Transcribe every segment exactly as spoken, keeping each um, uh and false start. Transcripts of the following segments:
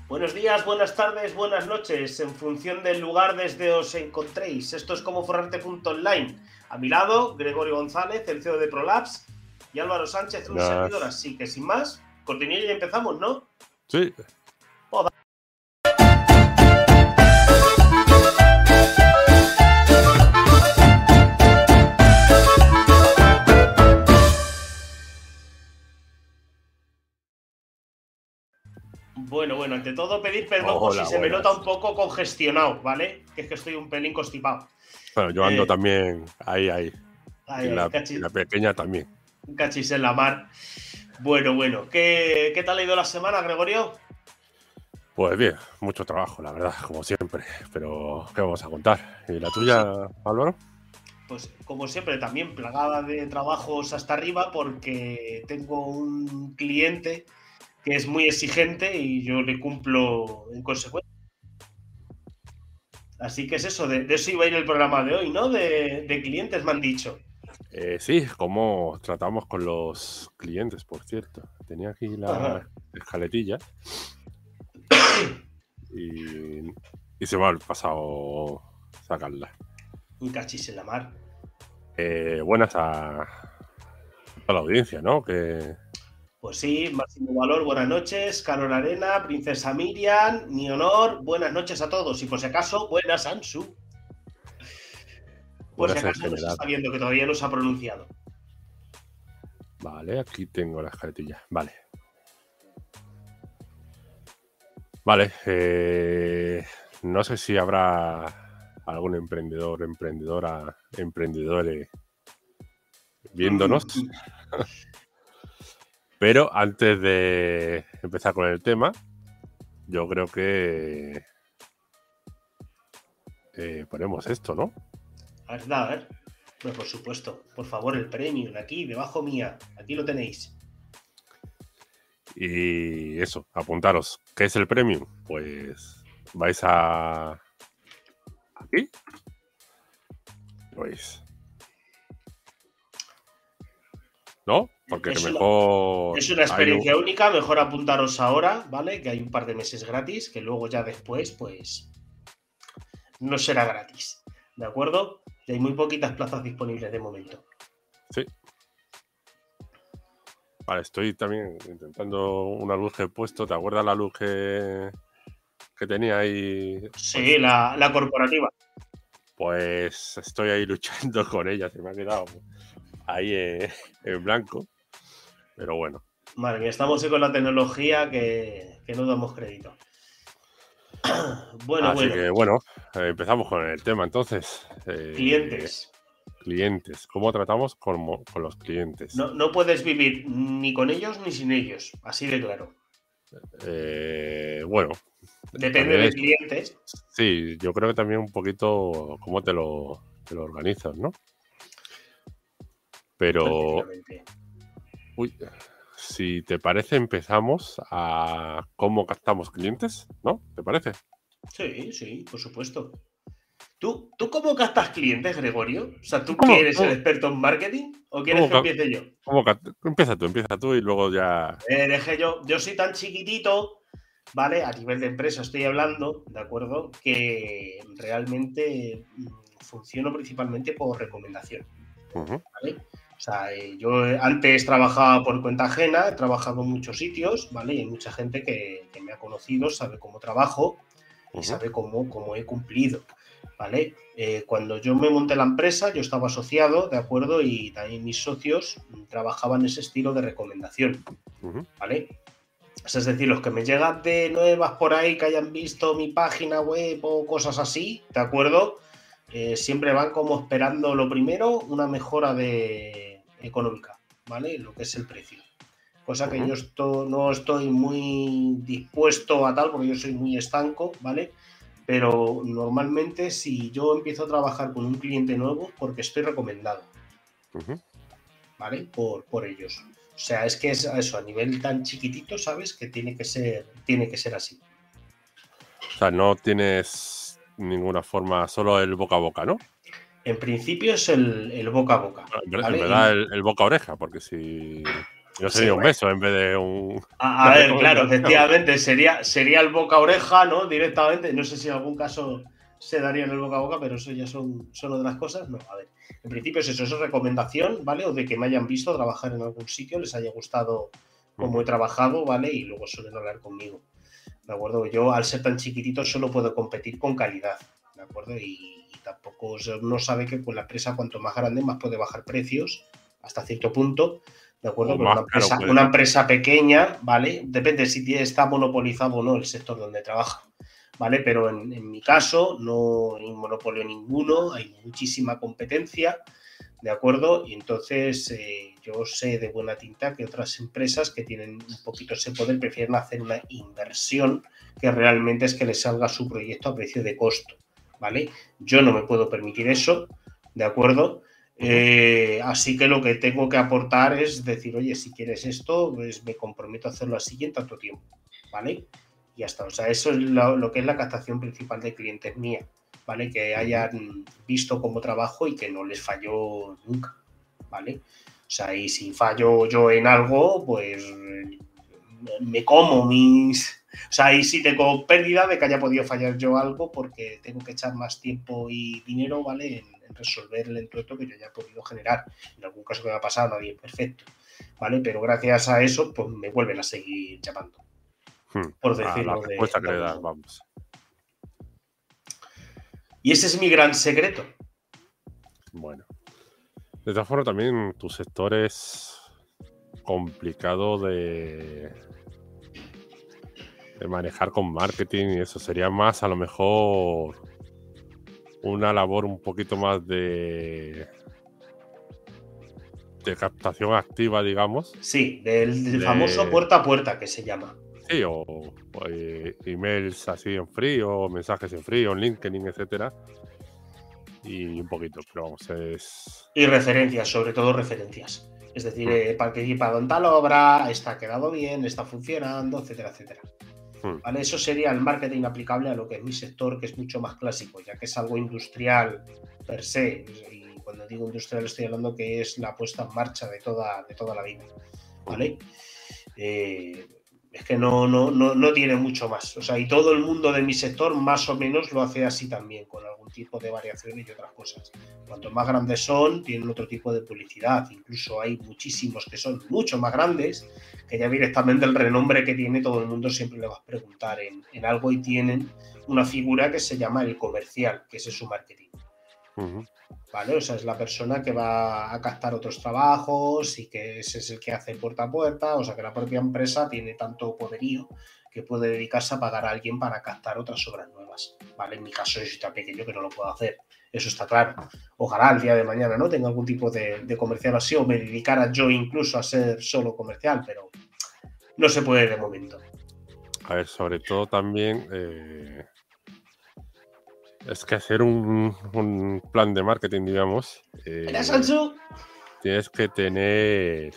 Buenos días, buenas tardes, buenas noches, en función del lugar desde os encontréis. Esto es como forrarte punto online. A mi lado, Gregorio González, el C E O de Prolabs, y Álvaro Sánchez, un Buenas. servidor. Así que sin más, cortinilla y empezamos, ¿no? Sí. Joder. Bueno, bueno, ante todo pedir perdón por Hola, si se me buenas. nota un poco congestionado, ¿vale? Que es que estoy un pelín constipado. Bueno, yo ando Eh, también ahí, ahí. Ay, y, ay, la, cachis, y la pequeña también. cachis en la mar. Bueno, bueno, ¿qué, qué tal ha ido la semana, Gregorio? Pues bien, mucho trabajo, la verdad, como siempre. Pero, ¿qué vamos a contar? ¿Y la Pues tuya, sí. Álvaro? Pues como siempre, también plagada de trabajos hasta arriba porque tengo un cliente que es muy exigente y yo le cumplo en consecuencia. Así que es eso, de, de eso iba a ir el programa de hoy, ¿no? De, de clientes me han dicho. Eh, sí, cómo tratamos con los clientes, por cierto. Tenía aquí la Ajá. escaletilla y, y se me ha pasado sacarla. Un cachis en la mar. Eh, buenas a, a la audiencia, ¿no? Que Pues sí, Máximo Valor, buenas noches. Carol Arena, Princesa Miriam, mi honor, buenas noches a todos. Y por si acaso, buenas Ansu. Por si buenas en acaso no se general. está viendo, que todavía no se ha pronunciado. Vale, aquí tengo la escaletilla. Vale. Vale. Eh, no sé si habrá algún emprendedor, emprendedora, emprendedores viéndonos. Pero antes de empezar con el tema, yo creo que eh, ponemos esto, ¿no? A ver, da, a ver. Pues por supuesto, por favor, el premium, aquí, debajo mía, aquí lo tenéis. Y eso, apuntaros. ¿Qué es el premium? Pues vais a... aquí. Pues... ¿no? Porque Es una, mejor... es una hay un- experiencia única, mejor apuntaros ahora, ¿vale? Que hay un par de meses gratis, que luego ya después, pues, no será gratis, ¿de acuerdo? Y hay muy poquitas plazas disponibles de momento. Sí. Vale, estoy también intentando una luz que he puesto. ¿Te acuerdas la luz que, que tenía ahí? Sí, Pues, la, la corporativa. pues estoy ahí luchando con ella. Se me ha quedado ahí en, en blanco. Pero bueno. Madre mía, estamos con la tecnología que, que no damos crédito. Bueno, Así bueno. que bueno, eh, empezamos con el tema entonces. Eh, Clientes. Clientes. ¿Cómo tratamos con, mo- con los clientes? No, no puedes vivir ni con ellos ni sin ellos, así de claro. Eh, bueno, Depende también de es... clientes. Sí, yo creo que también un poquito cómo te lo, te lo organizas, ¿no? Pero, Efectivamente. uy, si te parece, empezamos a cómo captamos clientes, ¿no? ¿Te parece? Sí, sí, por supuesto. ¿Tú, ¿Tú cómo captas clientes, Gregorio? O sea, ¿tú que ¿Cómo, eres el cómo, experto en marketing o quieres cómo que cap- empiece yo? cómo cap- empieza tú, empieza tú y luego ya... Eh, deje yo, yo soy tan chiquitito, ¿vale? A nivel de empresa estoy hablando, ¿de acuerdo? Que realmente mm, funciono principalmente por recomendación, Ujú, ¿vale? O sea, eh, yo antes trabajaba por cuenta ajena, he trabajado en muchos sitios, ¿vale? Y hay mucha gente que, que me ha conocido, sabe cómo trabajo y ujú, sabe cómo, cómo he cumplido, ¿vale? Eh, cuando yo me monté la empresa, yo estaba asociado, ¿de acuerdo? Y también mis socios mm, trabajaban ese estilo de recomendación, ujú. ¿vale? O sea, es decir, los que me llegan de nuevas por ahí, que hayan visto mi página web o cosas así, ¿de acuerdo? Eh, siempre van como esperando lo primero, una mejora de económica, ¿vale? Lo que es el precio. Cosa que Ujú. yo esto, no estoy muy dispuesto a tal, porque yo soy muy estanco, ¿vale? Pero normalmente si yo empiezo a trabajar con un cliente nuevo, porque estoy recomendado, Ujú. ¿vale? Por, por ellos. O sea, es que es eso, a nivel tan chiquitito, ¿sabes? Que tiene que ser, tiene que ser así. O sea, no tienes ninguna forma, solo el boca a boca, ¿no? En principio es el, el boca a boca, En ver- en ¿vale? verdad, En- el, el boca a oreja, porque si... Yo sería sí, un beso en vez de un... A, a ver, claro, efectivamente, sería, sería el boca-oreja, ¿no? Directamente. No sé si en algún caso se daría en el boca-a-boca, pero eso ya son, son otras cosas. No, a ver. En principio es eso, eso es recomendación, ¿vale? O de que me hayan visto trabajar en algún sitio, les haya gustado cómo uh-huh. he trabajado, ¿vale? Y luego suelen hablar conmigo, ¿de acuerdo? Yo, al ser tan chiquitito, solo puedo competir con calidad, ¿de acuerdo? Y, y tampoco uno sabe que con la empresa, cuanto más grande, más puede bajar precios hasta cierto punto, ¿de acuerdo? Pero una empresa, claro, una empresa pequeña, ¿vale? Depende si está monopolizado o no el sector donde trabaja, ¿vale? Pero en, en mi caso no hay monopolio ninguno, hay muchísima competencia, ¿de acuerdo? Y entonces eh, yo sé de buena tinta que otras empresas que tienen un poquito ese poder prefieren hacer una inversión que realmente es que les salga su proyecto a precio de costo, ¿vale? Yo no me puedo permitir eso, ¿de acuerdo? Eh, así que lo que tengo que aportar es decir, oye, si quieres esto, pues me comprometo a hacerlo así en tanto tiempo, ¿vale? Y ya está. O sea, eso es lo, lo que es la captación principal de clientes mía, ¿vale? Que hayan visto cómo trabajo y que no les falló nunca, ¿vale? O sea, y si fallo yo en algo, pues me como mis... O sea, ahí sí tengo pérdida de que haya podido fallar yo algo porque tengo que echar más tiempo y dinero, ¿vale? En, en resolver el entuerto que yo ya he podido generar. En algún caso que me ha pasado, nadie es perfecto, ¿vale? Pero gracias a eso, pues me vuelven a seguir llamando. Hmm. Por decirlo. A la respuesta de, que le das, vamos. Y ese es mi gran secreto. Bueno. De todas formas, también tu sector es complicado de... de manejar con marketing y eso sería más a lo mejor una labor un poquito más de de captación activa, digamos. Sí, del, del de... famoso puerta a puerta que se llama. Sí, o, o eh, emails así en frío, mensajes en frío, en LinkedIn, etcétera. Y un poquito, pero vamos, es... Y referencias, sobre todo referencias. Es decir, mm. he participado en tal obra, está quedado bien, está funcionando, etcétera, etcétera. Mm. ¿Vale? Eso sería el marketing aplicable a lo que es mi sector, que es mucho más clásico, ya que es algo industrial per se. Y cuando digo industrial estoy hablando que es la puesta en marcha de toda, de toda la vida. ¿Vale? Mm. Eh, es que no, no, no, no tiene mucho más. O sea, y todo el mundo de mi sector más o menos lo hace así también, con algún tipo de variaciones y otras cosas. Cuanto más grandes son, tienen otro tipo de publicidad. Incluso hay muchísimos que son mucho más grandes, que ya directamente el renombre que tiene todo el mundo siempre le vas a preguntar en, en algo y tienen una figura que se llama el comercial, que ese es su marketing. Uh-huh. ¿Vale? O sea, es la persona que va a captar otros trabajos y que ese es el que hace puerta a puerta, o sea que la propia empresa tiene tanto poderío que puede dedicarse a pagar a alguien para captar otras obras nuevas, ¿vale? En mi caso yo soy tan pequeño que no lo puedo hacer, eso está claro. Ojalá el día de mañana no tenga algún tipo de, de comercial así o me dedicara yo incluso a ser solo comercial, pero no se puede de momento. A ver, sobre todo también... Eh... Es que hacer un, un plan de marketing, digamos, eh, tienes que tener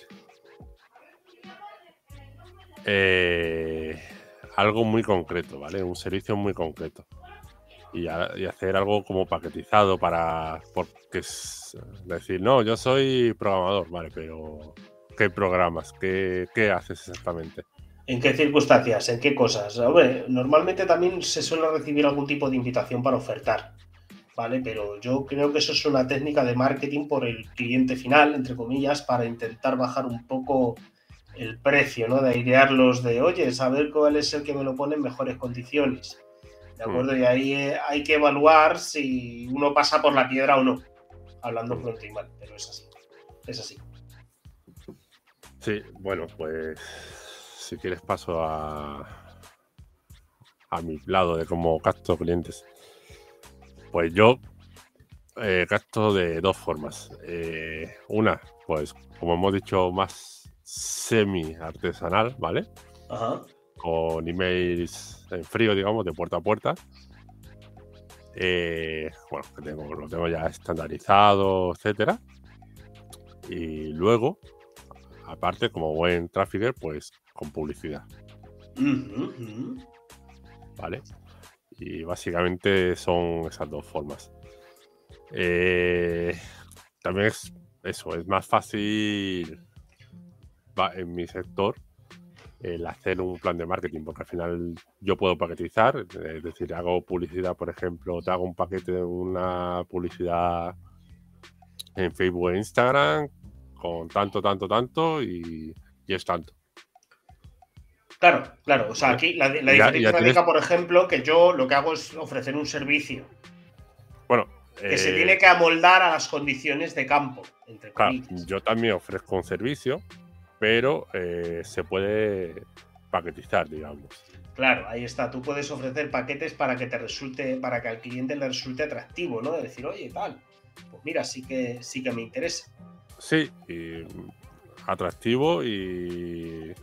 eh, algo muy concreto, ¿vale? Un servicio muy concreto. Y, a, y hacer algo como paquetizado para... Porque es decir, no, yo soy programador, ¿vale? Pero ¿qué programas? ¿Qué, qué haces exactamente? ¿En qué circunstancias? ¿En qué cosas? Hombre, normalmente también se suele recibir algún tipo de invitación para ofertar, ¿vale? Pero yo creo que eso es una técnica de marketing por el cliente final, entre comillas, para intentar bajar un poco el precio, ¿no? De airearlos de, oye, saber cuál es el que me lo pone en mejores condiciones, ¿de acuerdo? Mm. Y ahí eh, hay que evaluar si uno pasa por la piedra o no, hablando pronto y mal, pero es así, es así. Sí, bueno, pues... Si quieres paso a, a mi lado de cómo capto clientes. Pues yo eh, capto de dos formas. Eh, una, pues como hemos dicho, más semi-artesanal, ¿vale? Ajá. Con emails en frío, digamos, de puerta a puerta. Eh, bueno, que tengo, lo tengo ya estandarizado, etcétera. Y luego, aparte, como buen trafficker, pues con publicidad. Uh-huh. ¿Vale? Y básicamente son esas dos formas. Eh, también es eso, es más fácil va en mi sector el hacer un plan de marketing, porque al final yo puedo paquetizar, es decir, hago publicidad, por ejemplo, te hago un paquete de una publicidad en Facebook e Instagram con tanto, tanto, tanto y, y es tanto. Claro, claro. O sea, ¿Vale? aquí la, la Ya, diferencia ya radica, tienes... por ejemplo, que yo lo que hago es ofrecer un servicio. Bueno, que eh, se tiene que amoldar a las condiciones de campo, entre claro, comillas. yo también ofrezco un servicio, pero eh, se puede paquetizar, digamos. Claro, ahí está. Tú puedes ofrecer paquetes para que te resulte, para que al cliente le resulte atractivo, ¿no? De decir, oye, tal, pues mira, sí que sí que me interesa. Sí, y atractivo y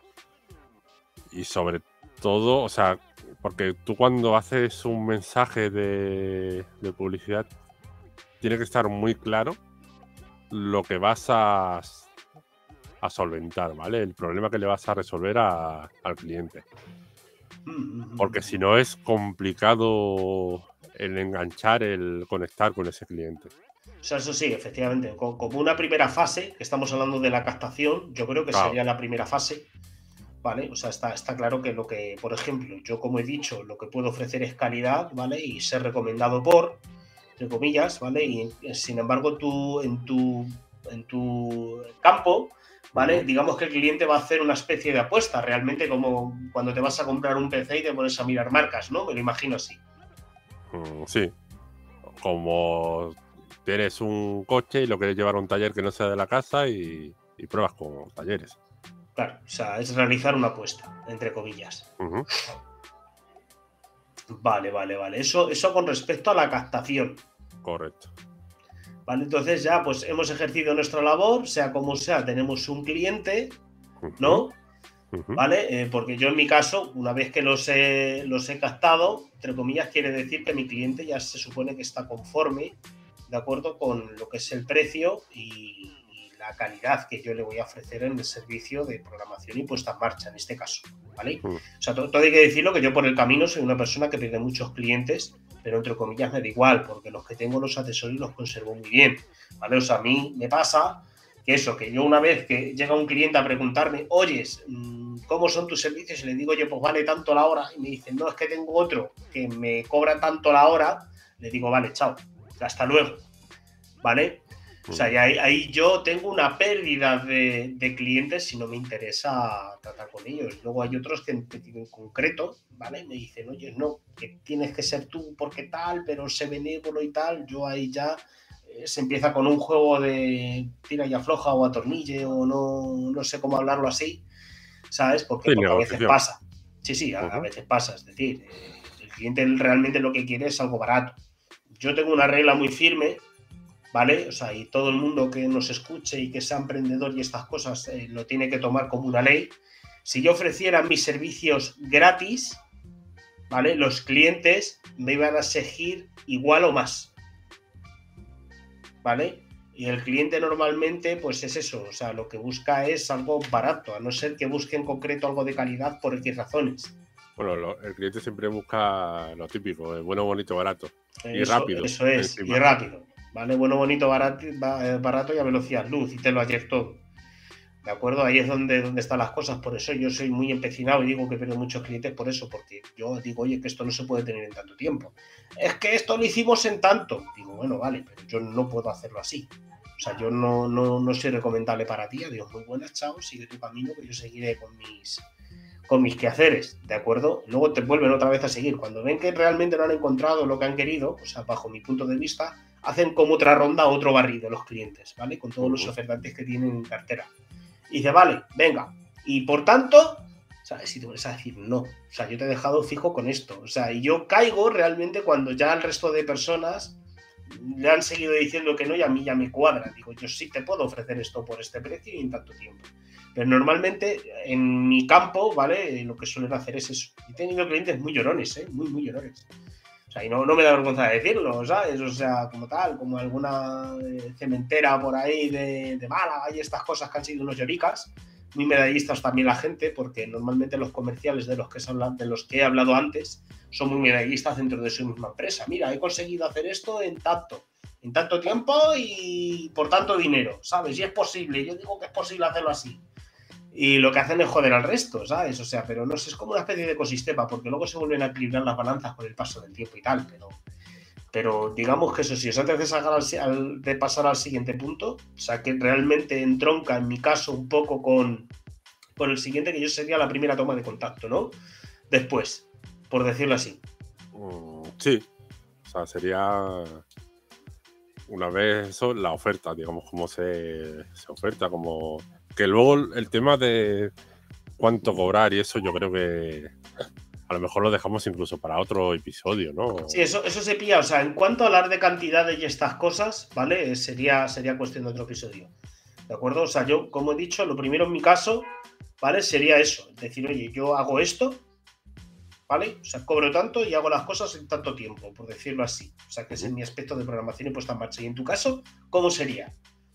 y sobre todo, o sea, porque tú cuando haces un mensaje de, de publicidad tiene que estar muy claro lo que vas a, a solventar, ¿vale? El problema que le vas a resolver a, al cliente. Porque si no es complicado el enganchar, el conectar con ese cliente. O sea, eso sí, efectivamente. Como una primera fase, que estamos hablando de la captación, yo creo que Claro. sería la primera fase, ¿vale? O sea, está, está claro que lo que, por ejemplo, yo como he dicho, lo que puedo ofrecer es calidad, ¿vale? Y ser recomendado por, entre comillas, ¿vale? Y sin embargo, tú en tu, en tu campo, ¿vale? Uh-huh. Digamos que el cliente va a hacer una especie de apuesta, realmente como cuando te vas a comprar un P C y te pones a mirar marcas, ¿no? Me lo imagino así. Mm, sí. Como tienes un coche y lo quieres llevar a un taller que no sea de la casa y, y pruebas con talleres. Claro, o sea, es realizar una apuesta, entre comillas. Uh-huh. Vale, vale, vale. Eso, eso con respecto a la captación. Correcto. Vale, entonces ya pues hemos ejercido nuestra labor, sea como sea, tenemos un cliente, ¿no? Uh-huh. ¿Vale? Eh, porque yo en mi caso, una vez que los he, los he captado, entre comillas, quiere decir que mi cliente ya se supone que está conforme, ¿de acuerdo? Con lo que es el precio y, y la calidad que yo le voy a ofrecer en el servicio de programación y puesta en marcha, en este caso, ¿vale? Uh-huh. O sea, todo, todo hay que decirlo que yo por el camino soy una persona que pierde muchos clientes, pero entre comillas me da igual, porque los que tengo los asesoro y los conservo muy bien, ¿vale? O sea, a mí me pasa que eso, que yo una vez que llega un cliente a preguntarme, oyes, ¿cómo son tus servicios? Y le digo yo, pues vale tanto la hora, y me dicen, no, es que tengo otro que me cobra tanto la hora, le digo, vale, chao, hasta luego, ¿vale? O sea, y ahí, ahí yo tengo una pérdida de, de clientes si no me interesa tratar con ellos. Luego hay otros que en, en concreto, ¿vale? Me dicen, oye, no, que tienes que ser tú porque tal, pero sé benévolo y tal. Yo ahí ya eh, se empieza con un juego de tira y afloja o atornille o no, no sé cómo hablarlo así, ¿sabes? Porque, sí, porque a veces pasa. Sí, sí, a, uh-huh. a veces pasa. Es decir, eh, el cliente realmente lo que quiere es algo barato. Yo tengo una regla muy firme, ¿vale? O sea, y todo el mundo que nos escuche y que sea emprendedor y estas cosas eh, lo tiene que tomar como una ley. Si yo ofreciera mis servicios gratis, ¿vale? Los clientes me iban a seguir igual o más, ¿vale? Y el cliente normalmente, pues es eso, o sea, lo que busca es algo barato, a no ser que busque en concreto algo de calidad por X razones. Bueno, lo, el cliente siempre busca lo típico, el bueno, bonito, barato. Y eso, rápido. Eso es, encima. Y rápido. ¿Vale? Bueno, bonito, barato, barato y a velocidad luz, y te lo ayer todo. ¿De acuerdo? Ahí es donde, donde están las cosas. Por eso yo soy muy empecinado y digo que pierdo muchos clientes por eso, porque yo digo, oye, que esto no se puede tener en tanto tiempo. Es que esto lo hicimos en tanto. Digo, bueno, vale, pero yo no puedo hacerlo así. O sea, yo no, no, no soy recomendable para ti. Digo, muy buenas, chao, sigue tu camino, que yo seguiré con mis, con mis quehaceres, ¿de acuerdo? Luego te vuelven otra vez a seguir. Cuando ven que realmente no han encontrado lo que han querido, o sea, bajo mi punto de vista, hacen como otra ronda, otro barrido los clientes, ¿vale? Con todos uh-huh. los ofertantes que tienen en cartera. Y dice, vale, venga. Y por tanto, ¿sabes? Si te vuelves a decir no. O sea, yo te he dejado fijo con esto. O sea, y yo caigo realmente cuando ya el resto de personas le han seguido diciendo que no y a mí ya me cuadra. Digo, yo sí te puedo ofrecer esto por este precio y en tanto tiempo. Pero normalmente en mi campo, ¿vale? Lo que suelen hacer es eso. He tenido clientes muy llorones, ¿eh? Muy, muy llorones. O sea, y no, no me da vergüenza de decirlo, ¿sabes? O sea, como tal, como alguna eh, cementera por ahí de, de Málaga y estas cosas que han sido unos lloricas. Muy medallistas también la gente, porque normalmente los comerciales de los que, se hablan, de los que he hablado antes son muy medallistas dentro de su misma empresa. Mira, he conseguido hacer esto en tanto, en tanto tiempo y por tanto dinero, ¿sabes? Y es posible, yo digo que es posible hacerlo así. y lo que hacen es joder al resto, ¿sabes? O sea, pero no sé, es como una especie de ecosistema, porque luego se vuelven a equilibrar las balanzas con el paso del tiempo y tal, pero, pero digamos que eso sí, o sea, antes de, sacar al, al, de pasar al siguiente punto, o sea, que realmente entronca en mi caso un poco con, con el siguiente, que yo sería la primera toma de contacto, ¿no? Después, por decirlo así. Mm, sí, o sea, sería una vez eso, la oferta, digamos, cómo se, se oferta, como que luego el tema de cuánto cobrar y eso yo creo que a lo mejor lo dejamos incluso para otro episodio, ¿no? Sí, eso, eso se pilla, o sea, en cuanto a hablar de cantidades y estas cosas, ¿vale? Sería, sería cuestión de otro episodio, ¿de acuerdo? O sea, yo, como he dicho, lo primero en mi caso, ¿vale? Sería eso, decir, oye, yo hago esto, ¿vale? O sea, cobro tanto y hago las cosas en tanto tiempo, por decirlo así. O sea, que ese es mi aspecto de programación y puesta en marcha. Y en tu caso, ¿cómo sería?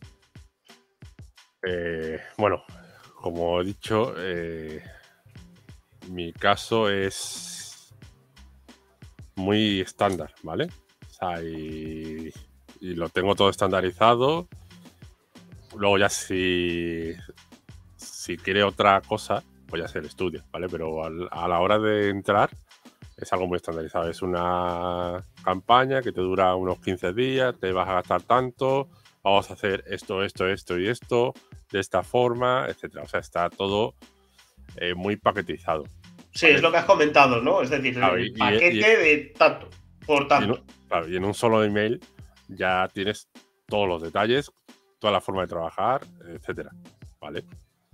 Eh, bueno, como he dicho, eh, mi caso es muy estándar, ¿vale? O sea, y, y lo tengo todo estandarizado. Luego ya si, si quiere otra cosa, pues ya hacer estudio, ¿vale? Pero al, a la hora de entrar es algo muy estandarizado. Es una campaña que te dura unos quince días, te vas a gastar tanto, vamos a hacer esto, esto, esto y esto, de esta forma, etcétera. O sea, está todo eh, muy paquetizado. Sí, ¿vale? Es lo que has comentado, ¿no? Es decir, claro, el y, paquete y, y, de tanto, por tanto. Y en, un, claro, y en un solo email ya tienes todos los detalles, toda la forma de trabajar, etcétera. ¿Vale?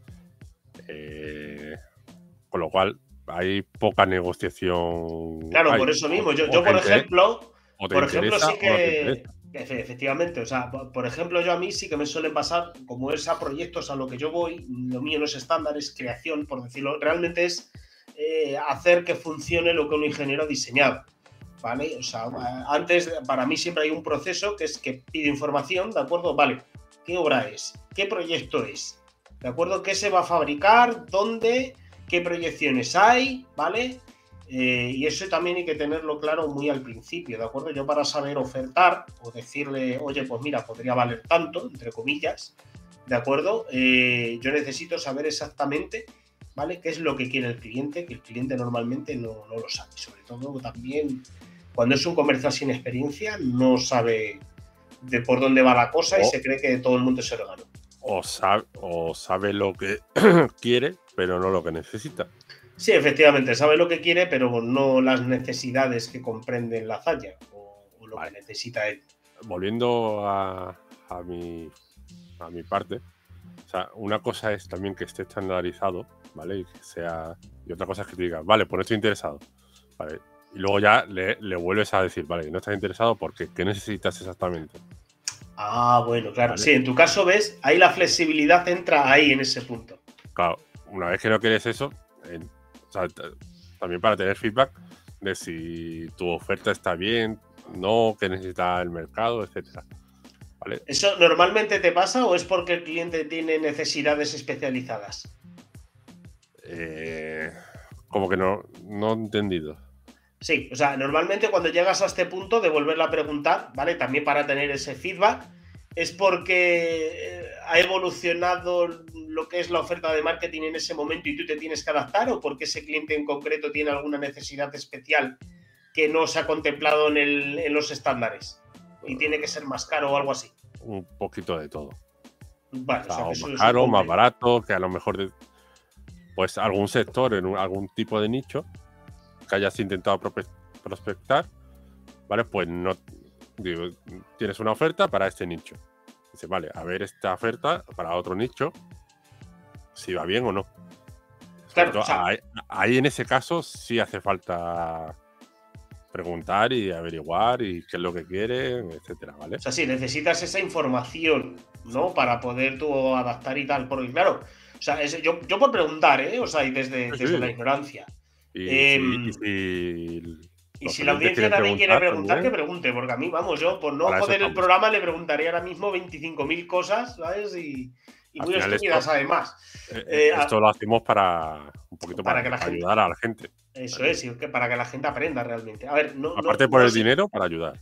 Eh, con lo cual hay poca negociación. Claro, Hay, por eso mismo. o, Yo, o yo por te ejemplo, o te por ejemplo, interesa sí o no te que. interesa. Efectivamente, o sea, por ejemplo, yo a mí sí que me suelen pasar, como es a proyectos a lo que yo voy, lo mío no es estándar, es creación, por decirlo, realmente es eh, hacer que funcione lo que un ingeniero ha diseñado, ¿vale? O sea, antes, para mí siempre hay un proceso que es que pide información, ¿de acuerdo? Vale, ¿qué obra es? ¿Qué proyecto es? ¿De acuerdo? ¿Qué se va a fabricar? ¿Dónde? ¿Qué proyecciones hay? ¿Vale? Eh, y eso también hay que tenerlo claro muy al principio, ¿de acuerdo? Yo para saber ofertar o decirle, oye, pues mira, podría valer tanto, entre comillas, ¿de acuerdo? Eh, yo necesito saber exactamente, ¿vale? ¿Qué es lo que quiere el cliente? Que el cliente normalmente no, no lo sabe. Sobre todo también cuando es un comercial sin experiencia, no sabe de por dónde va la cosa o, y se cree que todo el mundo se regaló. O sabe, o sabe lo que quiere, pero no lo que necesita. Sí, efectivamente, sabe lo que quiere, pero no las necesidades que comprende la hazaña o, o lo vale. que necesita él. Volviendo a, a, mi, a mi parte, o sea, una cosa es también que esté estandarizado, ¿vale? Y que sea. Y otra cosa es que te diga, vale, pues no estoy interesado. ¿Vale? Y luego ya le, le vuelves a decir, vale, no estás interesado porque ¿qué necesitas exactamente? Ah, bueno, claro. ¿Vale? Sí, en tu caso, ves, ahí la flexibilidad entra ahí en ese punto. Claro, una vez que no quieres eso, eh, o sea, también para tener feedback de si tu oferta está bien, no, que necesita el mercado, etcétera. ¿Vale? ¿Eso normalmente te pasa o es porque el cliente tiene necesidades especializadas? Eh, como que no, no he entendido. Sí, o sea, normalmente cuando llegas a este punto de volverla a preguntar, ¿vale? También para tener ese feedback, es porque ha evolucionado lo que es la oferta de marketing en ese momento y tú te tienes que adaptar, o porque ese cliente en concreto tiene alguna necesidad especial que no se ha contemplado en, el, en los estándares y tiene que ser más caro o algo así. Un poquito de todo. Vale, o sea, o sea, o más caro, más barato, que a lo mejor de, pues algún sector, en un, algún tipo de nicho que hayas intentado prospectar, ¿vale? Pues no, digo, tienes una oferta para este nicho. Dice, vale, a ver esta oferta para otro nicho, si va bien o no. Claro, todo, o sea, ahí, ahí en ese caso sí hace falta preguntar y averiguar y qué es lo que quieren, etcétera, ¿vale? O sea, sí, necesitas esa información, ¿no? Para poder tú adaptar y tal. Porque claro, o sea, es, yo, yo por preguntar, ¿eh? O sea, y desde, sí, desde sí. la ignorancia. Y, eh, sí, y si, y si la audiencia también quiere preguntar, también, que pregunte. Porque a mí, vamos, yo por no joder el programa le preguntaría ahora mismo veinticinco mil cosas, ¿sabes? Y, y muy estúpidas esto, además. Eh, eh, esto a, lo hacemos para un poquito para, para, que la para gente, ayudar a la gente. Eso ¿vale? es, y que para que la gente aprenda realmente. A ver, no, aparte no, por no el sé. dinero, para ayudar.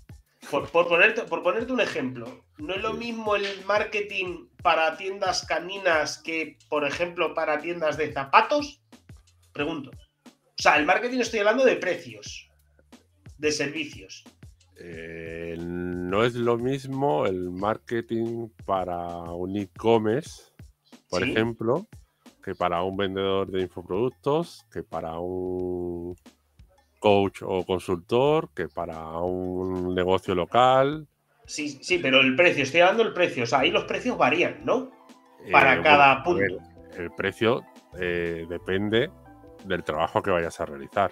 Por, por, ponerte, por ponerte un ejemplo, ¿no es lo Sí. mismo el marketing para tiendas caninas que, por ejemplo, para tiendas de zapatos? Pregunto. O sea, el marketing estoy hablando de precios, de servicios. Eh, no es lo mismo el marketing para un e-commerce, por ¿Sí? ejemplo, que para un vendedor de infoproductos, que para un coach o consultor, que para un negocio local. Sí, sí, pero el precio, estoy hablando del precio. O sea, ahí los precios varían, ¿no? Eh, Para bueno, cada a ver, punto. el precio eh, depende del trabajo que vayas a realizar.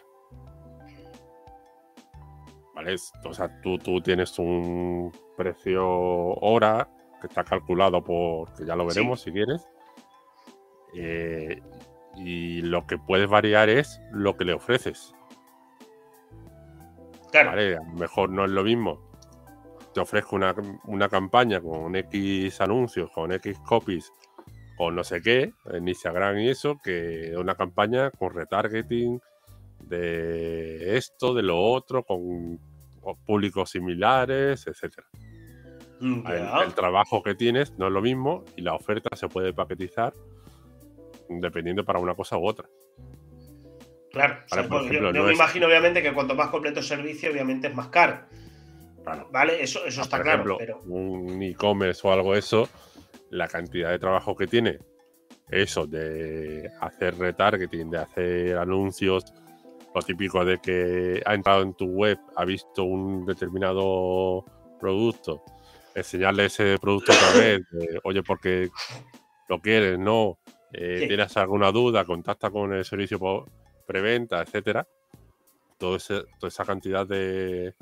¿Vale? O sea, tú, tú tienes un precio hora que está calculado por, que ya lo veremos Sí. si quieres, eh, y lo que puedes variar es lo que le ofreces. Claro. ¿Vale? A lo mejor no es lo mismo. Te ofrezco una, una campaña con X anuncios, con X copies, con no sé qué, en Instagram y eso, que una campaña con retargeting de esto, de lo otro, con públicos similares, etcétera. El, Ya. el trabajo que tienes no es lo mismo y la oferta se puede paquetizar dependiendo para una cosa u otra. Claro. O ¿Vale? sea, Por bueno, yo, ejemplo, yo no me es. imagino, obviamente, que cuanto más completo el servicio, obviamente es más caro. Claro. ¿Vale? Eso, eso Ah, está por claro, ejemplo, pero. un e-commerce o algo eso, la cantidad de trabajo que tiene, eso, de hacer retargeting, de hacer anuncios, lo típico de que ha entrado en tu web, ha visto un determinado producto, enseñarle ese producto otra vez, de, oye, porque lo quieres, no, eh, Sí. tienes alguna duda, contacta con el servicio por preventa, etcétera. Todo ese, toda esa cantidad de,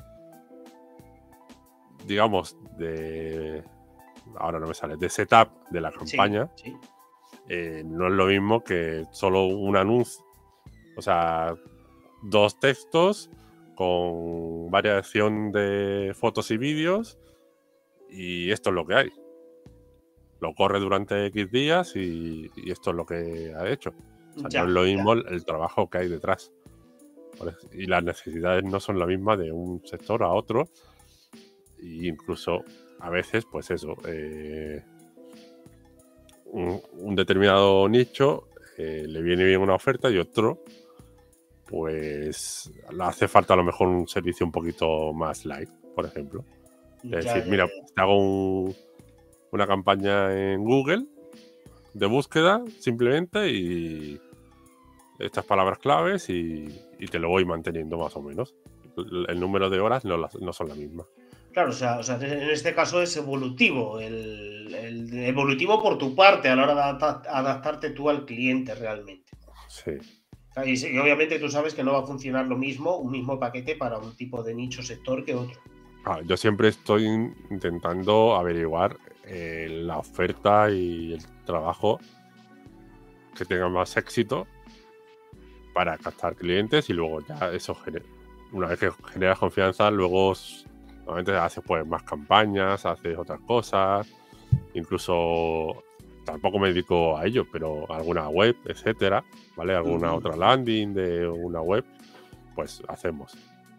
digamos, de, ahora no me sale, de setup de la Sí. campaña, Sí. eh, no es lo mismo que solo un anuncio. O sea, dos textos con variación de fotos y vídeos y esto es lo que hay. Lo corre durante X días y, y esto es lo que ha hecho. O sea, no es Ya. lo Ya. mismo el, el trabajo que hay detrás. Y las necesidades no son las mismas de un sector a otro. E incluso a veces, pues eso, eh, un, un determinado nicho eh, le viene bien una oferta y otro pues le hace falta a lo mejor un servicio un poquito más light, por ejemplo. Es Ya, decir, ya, mira, ya. te hago un, una campaña en Google de búsqueda simplemente y estas palabras claves y, y te lo voy manteniendo más o menos. El, el número de horas no, las, no son la misma. Claro, o sea, o sea, en este caso es evolutivo, el, el evolutivo por tu parte a la hora de adapta- adaptarte tú al cliente realmente. Sí. Y, y obviamente tú sabes que no va a funcionar lo mismo, un mismo paquete para un tipo de nicho sector que otro. Ah, yo siempre estoy intentando averiguar eh, la oferta y el trabajo que tenga más éxito para captar clientes y luego ya eso genera. Una vez que generas confianza, luego normalmente haces pues más campañas, haces otras cosas, incluso tampoco me dedico a ello, pero alguna web, etcétera, ¿vale? Alguna Uh-huh. otra landing de una web, pues hacemos.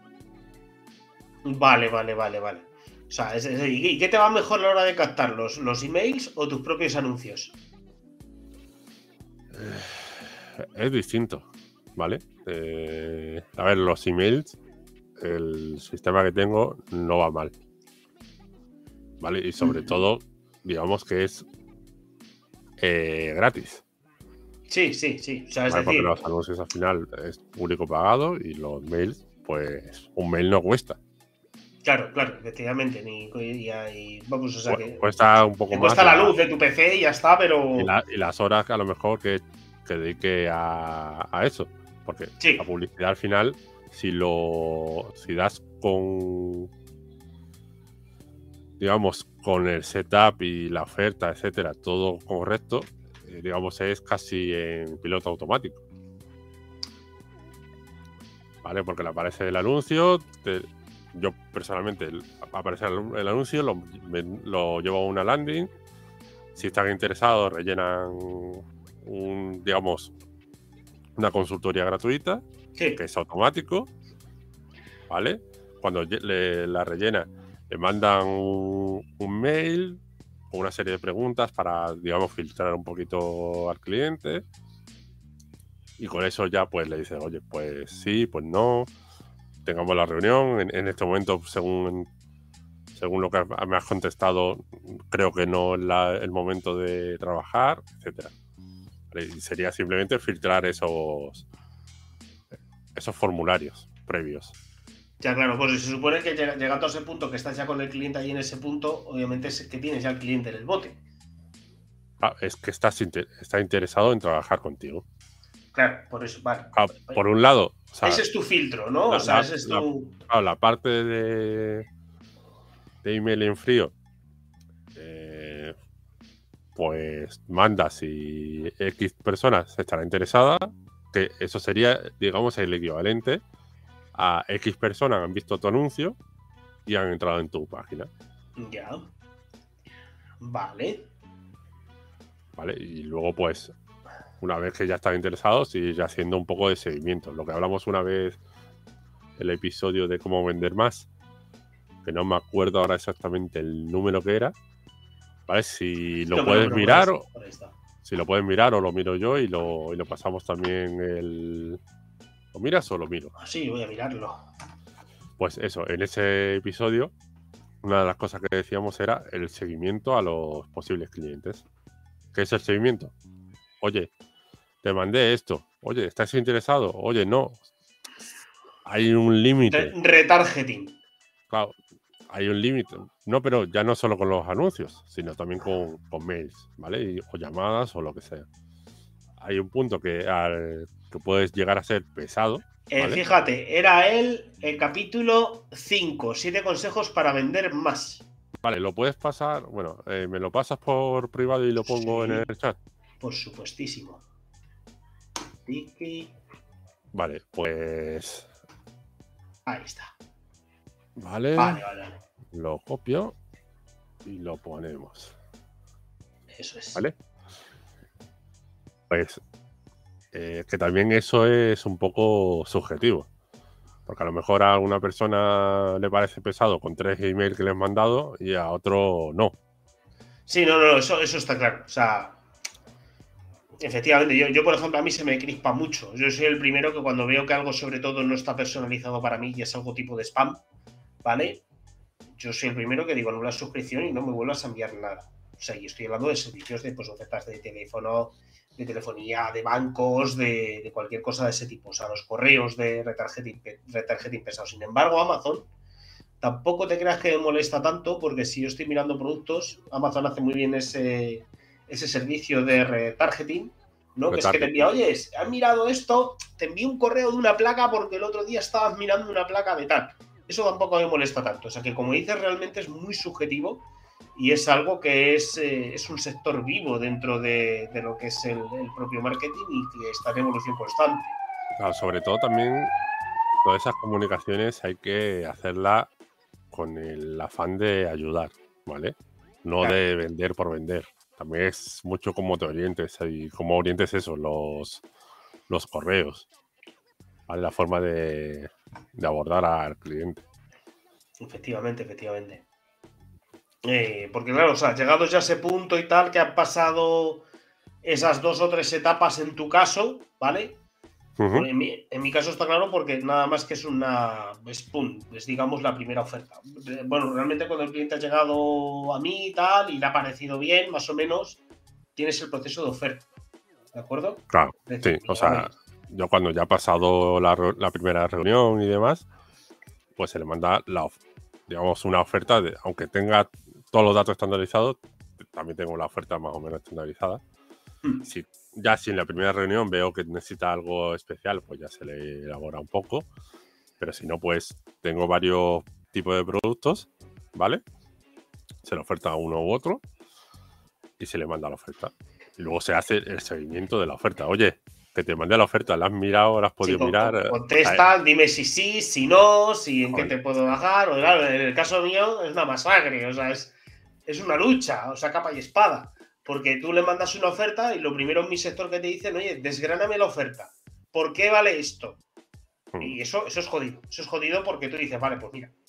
Vale, vale, vale, vale. O sea, es, es, ¿y qué te va mejor a la hora de captarlos? ¿Los emails o tus propios anuncios? Es distinto, ¿vale? Eh, a ver, los emails, el sistema que tengo no va mal, ¿vale? Y sobre Uh-huh. todo, digamos que es eh, gratis. Sí, sí, sí. O sea, es ¿Vale? Porque decir, los anuncios al final es público pagado y los mails, pues un mail no cuesta. claro, claro, efectivamente. Ni, y, y, vamos, o sea, que Cuesta un poco te más cuesta la la, luz de tu P C y ya está, y, pero. la, y las horas que a lo mejor que, que dedique a, a eso. Porque Sí. la publicidad al final, si lo si das con, digamos, con el setup y la oferta, etcétera, todo correcto, eh, digamos, es casi en piloto automático. ¿Vale? Porque le aparece el anuncio, te, yo personalmente aparece el, el anuncio, lo, me, lo llevo a una landing. Si están interesados, rellenan un, digamos, una consultoría gratuita, Sí. que es automático, ¿vale? Cuando le, la rellena, le mandan un, un mail con una serie de preguntas para, digamos, filtrar un poquito al cliente. Y con eso ya pues le dices, oye, pues sí, pues no, tengamos la reunión. En, en este momento, según, según lo que me has contestado, creo que no es la, el momento de trabajar, etcétera. Y sería simplemente filtrar esos, esos formularios previos. Ya, claro, pues se supone que lleg- llegando a ese punto, que estás ya con el cliente ahí en ese punto, obviamente es que tienes ya al cliente en el bote. Ah, es que estás inter- está interesado en trabajar contigo. Claro, por eso, vale. Ah, por un lado, o sea, Ese es tu filtro, ¿no? O la, sea, la, ese es la, tu... claro, la parte de, de email en frío, eh, pues manda si X personas estará interesada, que eso sería, digamos, el equivalente a X personas han visto tu anuncio y han entrado en tu página. Ya. Vale. ¿Vale? Y luego, pues, una vez que ya están interesados, sigue haciendo un poco de seguimiento. Lo que hablamos una vez el episodio de cómo vender más, que no me acuerdo ahora exactamente el número que era, ¿vale? Si lo Yo puedes creo que mirar, por o, ahí, por ahí está. si lo puedes mirar o lo miro yo y lo, y lo pasamos también el... ¿Lo miras o lo miro? Ah, sí, voy a mirarlo. Pues eso, en ese episodio, una de las cosas que decíamos era el seguimiento a los posibles clientes. ¿Qué es el seguimiento? Oye, te mandé esto. Oye, ¿estás interesado? Oye, no. Hay un límite. Re- retargeting. Claro, hay un límite. No, pero ya no solo con los anuncios, sino también con, con mails, ¿vale? Y, o llamadas o lo que sea. Hay un punto que, al, que puedes llegar a ser pesado, Eh, ¿vale? fíjate, era el, el capítulo cinco, siete consejos para vender más. Vale, lo puedes pasar, bueno, eh, me lo pasas por privado y lo pongo en Sí, el chat. por supuestísimo. Tiki. Vale, pues... Ahí está. Vale, Vale, vale, vale. lo copio y lo ponemos. Eso es. ¿Vale? Pues eh, que también eso es un poco subjetivo. Porque a lo mejor a una persona le parece pesado con tres emails que le han mandado y a otro no. Sí, no, no, eso, eso está claro. O sea, efectivamente, yo, yo, por ejemplo, a mí se me crispa mucho. Yo soy el primero que cuando veo que algo, sobre todo, no está personalizado para mí y es algo tipo de spam, ¿vale? Yo soy el primero que digo, no la suscripción y no me vuelvas a enviar nada. O sea, y estoy hablando de servicios de pues, ofertas de teléfono, de telefonía, de bancos, de, de cualquier cosa de ese tipo. O sea, los correos de retargeting, retargeting pesado. Sin embargo, Amazon, tampoco te creas que me molesta tanto, porque si yo estoy mirando productos, Amazon hace muy bien ese, ese servicio de retargeting, ¿no? Que es que te envía, oye, has mirado esto, te envío un correo de una placa porque el otro día estabas mirando una placa de tal. Eso tampoco me molesta tanto. O sea que, como dices, realmente es muy subjetivo y es algo que es, eh, es un sector vivo dentro de, de lo que es el, el propio marketing y que está en evolución constante. Claro, sobre todo también todas esas comunicaciones hay que hacerlas con el afán de ayudar, ¿vale? No Claro. de vender por vender. También es mucho cómo te orientes y cómo orientes eso, los, los correos, ¿vale? La forma de, de abordar al cliente. Efectivamente, efectivamente. Eh, porque claro, o sea, llegados ya a ese punto y tal, que han pasado esas dos o tres etapas en tu caso, ¿vale? Uh-huh. Bueno, en, mi, en mi caso está claro porque nada más que es una, es, pum, es digamos la primera oferta. Bueno, realmente cuando el cliente ha llegado a mí y tal, y le ha parecido bien, más o menos, tienes el proceso de oferta, ¿de acuerdo? Claro, Es decir, sí, o sea, yo cuando ya ha pasado la, la primera reunión y demás, pues se le manda la, digamos, una oferta, de, aunque tenga todos los datos estandarizados, también tengo la oferta más o menos estandarizada. Hmm. Si, ya si en la primera reunión veo que necesita algo especial, pues ya se le elabora un poco. Pero si no, pues tengo varios tipos de productos, ¿vale? Se le oferta a uno u otro y se le manda la oferta. Y luego se hace el seguimiento de la oferta. Oye, que te mandé la oferta, ¿la has mirado, la has podido sí, mirar? Contesta, o sea, dime si sí, si no, si en joder. Qué te puedo bajar. O claro, en el caso mío es una masacre, o sea, es, es una lucha, o sea, capa y espada. Porque tú le mandas una oferta y lo primero en mi sector que te dicen, oye, desgráname la oferta. ¿Por qué vale esto? Hmm. Y eso, eso es jodido. Eso es jodido porque tú dices, vale, pues mira,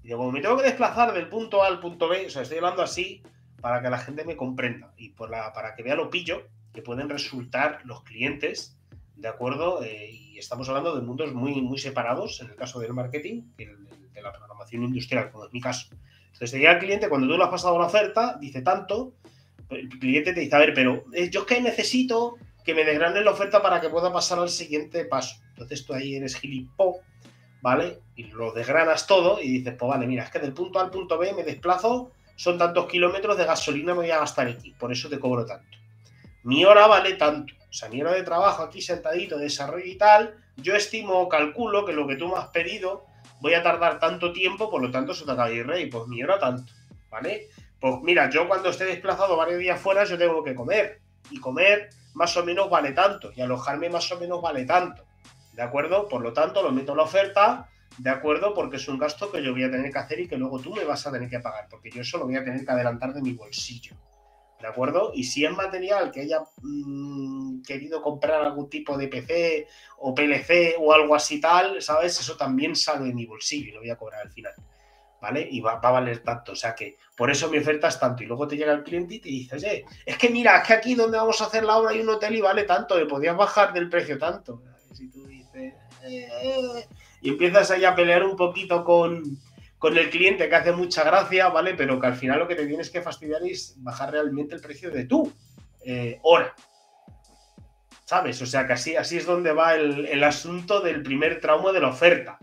Y digo, como me tengo que desplazar del punto A al punto B, o sea, estoy hablando así para que la gente me comprenda y por la, para que vea lo pillo que pueden resultar los clientes, ¿de acuerdo? Eh, y estamos hablando de mundos muy, muy separados, en el caso del marketing, el, el, de la programación industrial, como es mi caso. Entonces, te llega el cliente, cuando tú le has pasado la oferta, dice tanto, el cliente te dice, a ver, pero eh, yo es que necesito que me desgranen la oferta para que pueda pasar al siguiente paso. Entonces tú ahí eres gilipó, ¿vale? Y lo desgranas todo y dices, pues vale, mira, es que del punto A al punto B me desplazo, son tantos kilómetros de gasolina, me voy a gastar aquí, por eso te cobro tanto. Mi hora vale tanto, o sea, mi hora de trabajo aquí sentadito, desarrollo y tal, yo estimo o calculo que lo que tú me has pedido voy a tardar tanto tiempo, por lo tanto se te acaba de ir rey, pues mi hora tanto, ¿vale? Pues mira, yo cuando esté desplazado varios días fuera, yo tengo que comer, y comer más o menos vale tanto, y alojarme más o menos vale tanto, ¿de acuerdo? Por lo tanto, lo meto en la oferta, ¿de acuerdo? Porque es un gasto que yo voy a tener que hacer y que luego tú me vas a tener que pagar, porque yo eso lo voy a tener que adelantar de mi bolsillo, ¿de acuerdo? Y si es material que haya mmm, querido comprar algún tipo de P C o P L C o algo así tal, ¿sabes? Eso también sale de mi bolsillo y lo voy a cobrar al final, ¿vale? Y va, va a valer tanto, o sea que por eso mi oferta es tanto. Y luego te llega el cliente y te dice, oye, es que mira, es que aquí donde vamos a hacer la obra hay un hotel y vale tanto, le podías bajar del precio tanto. Si tú dices, eh, eh, y empiezas ahí a pelear un poquito con... con el cliente, que hace mucha gracia, ¿vale? Pero que al final lo que te tienes que fastidiar es bajar realmente el precio de tu eh, hora, ¿sabes? O sea que así, así es donde va el, el asunto del primer tramo de la oferta,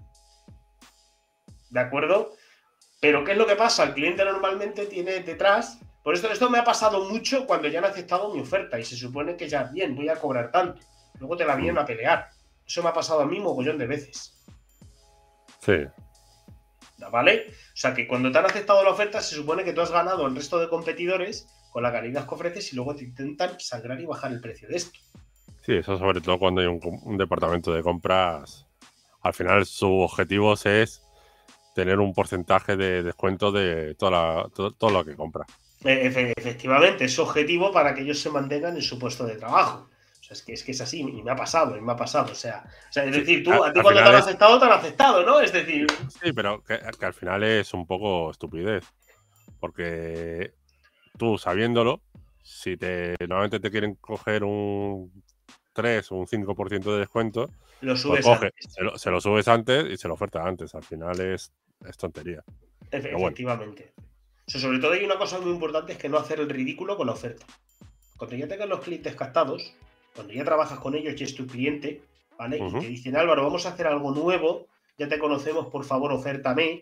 ¿de acuerdo? Pero ¿qué es lo que pasa? El cliente normalmente tiene detrás, por esto, esto me ha pasado mucho cuando ya han aceptado mi oferta y se supone que ya, bien, voy a cobrar tanto, luego te la vienen a pelear. Eso me ha pasado a mí mogollón de veces. Sí. ¿Vale? O sea que cuando te han aceptado la oferta se supone que tú has ganado al resto de competidores con la calidad que ofreces y luego te intentan sangrar y bajar el precio de esto. Sí, eso sobre todo cuando hay un, un departamento de compras. Al final su objetivo es tener un porcentaje de descuento de toda la, todo, todo lo que compra. E- efectivamente, es objetivo para que ellos se mantengan en su puesto de trabajo. O sea, es que es, que es así, y me ha pasado, y me ha pasado. O sea, o sea es sí, decir, tú, a, a ti cuando te han es... aceptado, te han aceptado, ¿no? Es decir... Sí, pero que, que al final es un poco estupidez. Porque tú, sabiéndolo, si te normalmente te quieren coger un tres o un cinco por ciento de descuento, lo subes pues coge, antes. Se, lo, se lo subes antes y se lo oferta antes. Al final es, es tontería. Efe, efectivamente. Bueno. O sea, sobre todo hay una cosa muy importante, es que no hacer el ridículo con la oferta. Cuando ya tengas los clientes captados, cuando ya trabajas con ellos y es tu cliente, ¿vale? Uh-huh. Y te dicen, Álvaro, vamos a hacer algo nuevo, ya te conocemos, por favor, ofértame,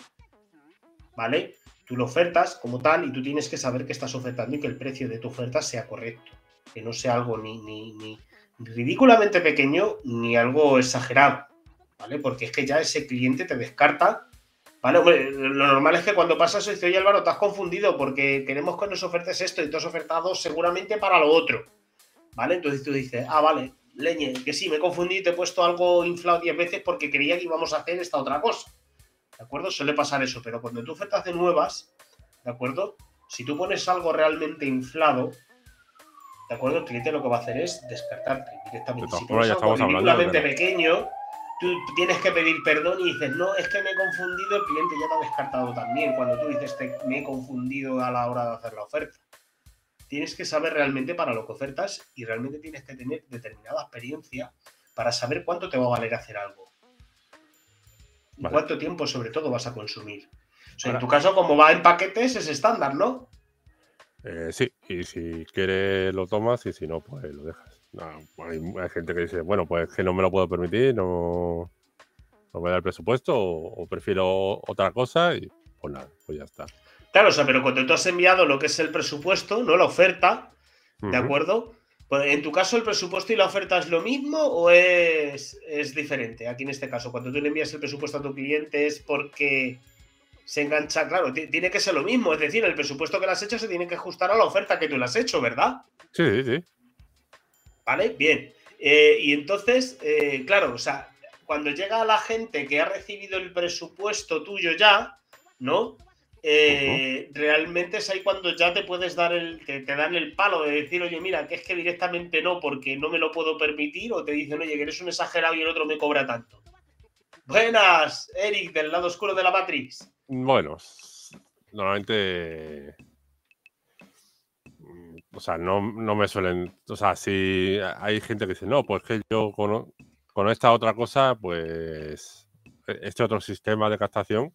¿vale? Tú lo ofertas como tal y tú tienes que saber que estás ofertando y que el precio de tu oferta sea correcto, que no sea algo ni, ni, ni ridículamente pequeño ni algo exagerado, ¿vale? Porque es que ya ese cliente te descarta, ¿vale? Hombre, lo normal es que cuando pasa eso dice, oye, Álvaro, te has confundido porque queremos que nos ofertes esto y te has ofertado seguramente para lo otro, ¿vale? Entonces tú dices, ah, vale, leñe, que sí, me he confundido y te he puesto algo inflado diez veces porque creía que íbamos a hacer esta otra cosa, ¿de acuerdo? Suele pasar eso, pero cuando tú ofertas de nuevas, ¿de acuerdo? Si tú pones algo realmente inflado, ¿de acuerdo? El cliente lo que va a hacer es descartarte directamente. Si pones algo ridículamente pequeño, tú tienes que pedir perdón y dices, no, es que me he confundido, el cliente ya te ha descartado también. Cuando tú dices, te, me he confundido a la hora de hacer la oferta. Tienes que saber realmente para lo que ofertas y realmente tienes que tener determinada experiencia para saber cuánto te va a valer hacer algo. Y vale. Cuánto tiempo, sobre todo, vas a consumir. O sea, Ahora, en tu caso, como va en paquetes, es estándar, ¿no? Eh, sí, y si quieres lo tomas y si no, pues lo dejas. No, hay, hay gente que dice, bueno, pues que no me lo puedo permitir, no, no me da el presupuesto o, o prefiero otra cosa y pues nada, pues ya está. Claro, o sea, pero cuando tú has enviado lo que es el presupuesto, no la oferta, ¿de uh-huh. acuerdo? Pues en tu caso, ¿el presupuesto y la oferta es lo mismo o es, es diferente? Aquí en este caso, cuando tú le envías el presupuesto a tu cliente es porque se engancha, claro, t- tiene que ser lo mismo, es decir, el presupuesto que le has hecho se tiene que ajustar a la oferta que tú le has hecho, ¿verdad? Sí, sí, sí. Vale, bien. Eh, y entonces, eh, claro, o sea, cuando llega la gente que ha recibido el presupuesto tuyo ya, ¿no? Eh, uh-huh. Realmente es ahí cuando ya te puedes dar el, te, te dan el palo de decir, oye, mira, que es que directamente no, porque no me lo puedo permitir, o te dicen, oye, que eres un exagerado y el otro me cobra tanto. Buenas, Eric, del lado oscuro de la Matrix. Bueno, normalmente... O sea, no, no me suelen... O sea, si hay gente que dice, no, pues que yo con, con esta otra cosa, pues... Este otro sistema de captación,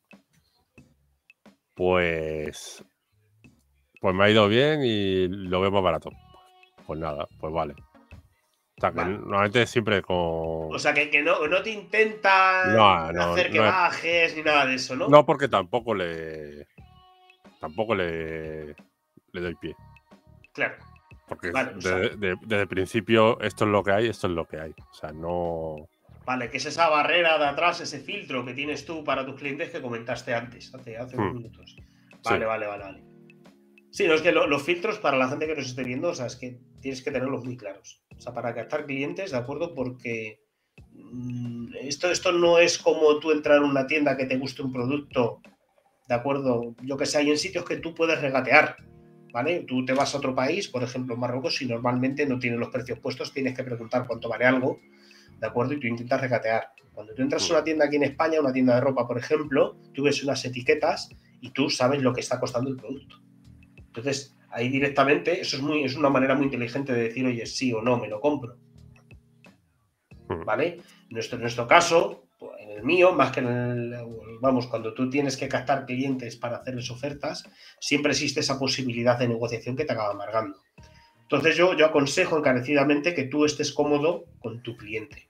pues... Pues me ha ido bien y lo veo más barato. Pues nada, pues vale. O sea, que Vale. normalmente siempre con... O sea, que, que no, no te intentan No, no, hacer que no es- bajes ni nada de eso, ¿no? No, porque tampoco le... Tampoco le... Le doy pie. Claro. Porque Vale, o sea, desde, de- desde el principio esto es lo que hay, esto es lo que hay. O sea, no... vale, que es esa barrera de atrás, ese filtro que tienes tú para tus clientes que comentaste antes, hace, hace unos Hmm. minutos. Vale, Sí. vale, vale, vale. Sí, no, es que lo- los filtros para la gente que nos esté viendo, o sea, es que tienes que tenerlos muy claros. O sea, para captar clientes, ¿de acuerdo? Porque mm, esto, esto no es como tú entrar en una tienda que te guste un producto, ¿de acuerdo? Yo que sé, hay en sitios que tú puedes regatear, ¿vale? Tú te vas a otro país, por ejemplo, Marruecos, y normalmente no tienen los precios puestos, tienes que preguntar cuánto vale algo, ¿de acuerdo? Y tú intentas regatear. Cuando tú entras a una tienda aquí en España, una tienda de ropa, por ejemplo, tú ves unas etiquetas y tú sabes lo que está costando el producto. Entonces, ahí directamente, eso es, muy, es una manera muy inteligente de decir, oye, sí o no, me lo compro. ¿Vale? En nuestro, en nuestro caso, en el mío, más que en el, vamos, cuando tú tienes que captar clientes para hacerles ofertas, siempre existe esa posibilidad de negociación que te acaba amargando. Entonces yo, yo aconsejo encarecidamente que tú estés cómodo con tu cliente.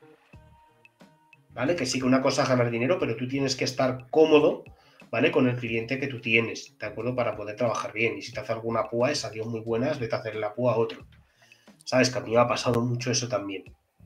¿Vale? Que sí que una cosa es ganar dinero, pero tú tienes que estar cómodo, ¿vale? Con el cliente que tú tienes, ¿de acuerdo? Para poder trabajar bien. Y si te hace alguna púa, es adiós muy buenas, vete a hacer la púa a otro. ¿Sabes? Que a mí me ha pasado mucho eso también.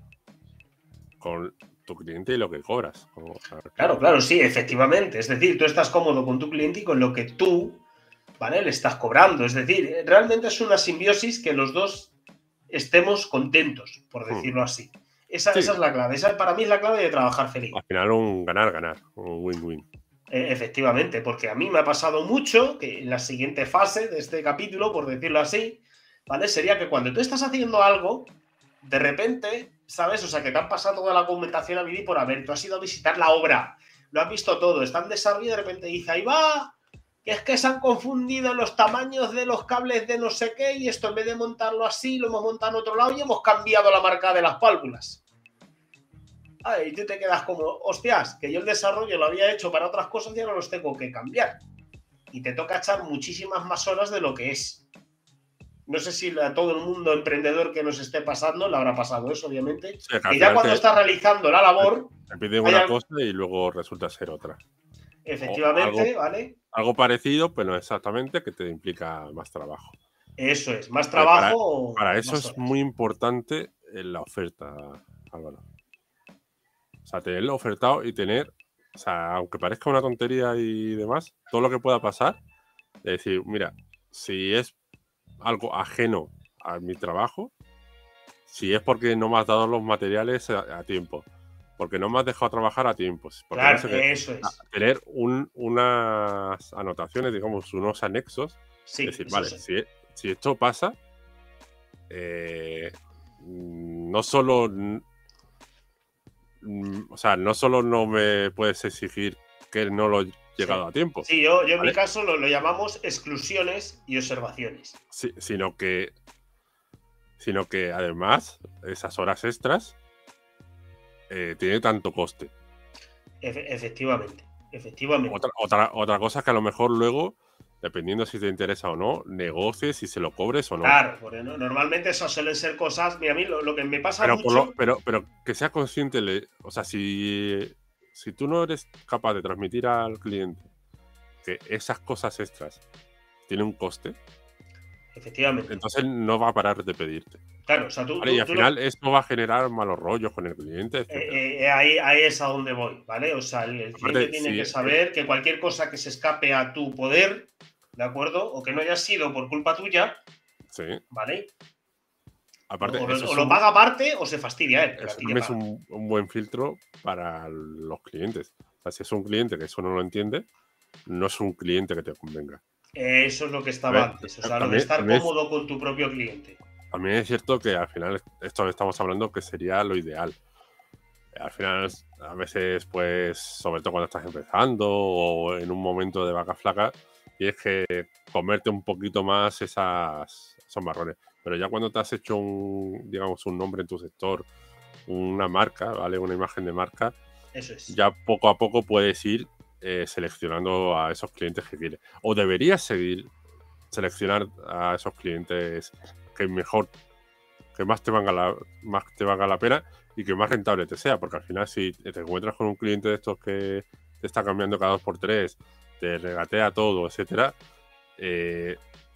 Con tu cliente y lo que cobras. O sea, Claro, claro, sí, efectivamente. Es decir, tú estás cómodo con tu cliente y con lo que tú, ¿vale? Le estás cobrando. Es decir, realmente es una simbiosis que los dos estemos contentos, por decirlo así. Esa, Sí. esa es la clave. Esa para mí es la clave de trabajar feliz. Al final un ganar-ganar, un win-win. Eh, efectivamente, porque a mí me ha pasado mucho que en la siguiente fase de este capítulo, por decirlo así, ¿vale? Sería que cuando tú estás haciendo algo, de repente, ¿sabes? O sea, que te han pasado toda la documentación a vivir por haber, tú has ido a visitar la obra, lo has visto todo, está en desarrollo y de repente dice, ahí va, que es que se han confundido los tamaños de los cables de no sé qué y esto en vez de montarlo así, lo hemos montado en otro lado y hemos cambiado la marca de las válvulas. Ah, y tú te quedas como, hostias, que yo el desarrollo lo había hecho para otras cosas y ahora los tengo que cambiar. Y te toca echar muchísimas más horas de lo que es. No sé si a todo el mundo emprendedor que nos esté pasando le habrá pasado eso, obviamente. Sí, que que ya cuando te, estás realizando la labor... Te piden una cosa y luego resulta ser otra. Efectivamente, algo, ¿vale? Algo parecido, pero no exactamente, que te implica más trabajo. Eso es, más trabajo. Para, para eso es horas. muy importante la oferta, Álvaro. O sea, tenerlo ofertado y tener, o sea, aunque parezca una tontería y demás, todo lo que pueda pasar, es decir, mira, si es algo ajeno a mi trabajo, si es porque no me has dado los materiales a, a tiempo, porque no me has dejado trabajar a tiempo, porque claro, no sé qué, eso es. tener un, unas anotaciones, digamos, unos anexos, sí, es decir, vale, sí. si, si esto pasa, eh, no solo... O sea, no solo no me puedes exigir que no lo he llegado sí. a tiempo. Sí, yo, yo ¿vale? En mi caso lo, lo llamamos exclusiones y observaciones. Sí, sino que sino que además esas horas extras eh, tiene tanto coste. Efe, efectivamente, efectivamente. Otra, otra, otra cosa es que a lo mejor luego, dependiendo si te interesa o no, negocies si se lo cobres o no. Claro, porque no, normalmente esas suelen ser cosas. Mira, a mí lo, lo que me pasa pero, mucho. Lo, pero, pero que sea consciente, le, o sea, si, si tú no eres capaz de transmitir al cliente que esas cosas extras tienen un coste, efectivamente, entonces no va a parar de pedirte. Claro, o sea, tú. Vale, tú y al tú final lo... esto va a generar malos rollos con el cliente, etcétera. Eh, eh, ahí, ahí es a donde voy, ¿vale? O sea, el, el cliente Aparte, tiene sí, que saber eh, que cualquier cosa que se escape a tu poder, ¿de acuerdo? O que no haya sido por culpa tuya, sí. ¿vale? Aparte, o, eso o es lo un, paga aparte o se fastidia él. Eso también es un, un buen filtro para los clientes. O sea, si es un cliente que eso no lo entiende, no es un cliente que te convenga. Eso es lo que estaba ver, antes, o sea, también, lo de estar cómodo es, con tu propio cliente. También es cierto que al final esto estamos hablando que sería lo ideal. al final, a veces, pues, sobre todo cuando estás empezando o en un momento de vaca flaca, tienes que comerte un poquito más esas, esos marrones. Pero ya cuando te has hecho un, digamos, un nombre en tu sector, una marca, ¿vale? Una imagen de marca, Eso es. ya poco a poco puedes ir eh, seleccionando a esos clientes que quieres. O deberías seguir seleccionar a esos clientes que mejor, que más te valga la, más te valga la pena y que más rentable te sea, porque al final si te encuentras con un cliente de estos que te está cambiando cada dos por tres, te regatea todo, etcétera, eh,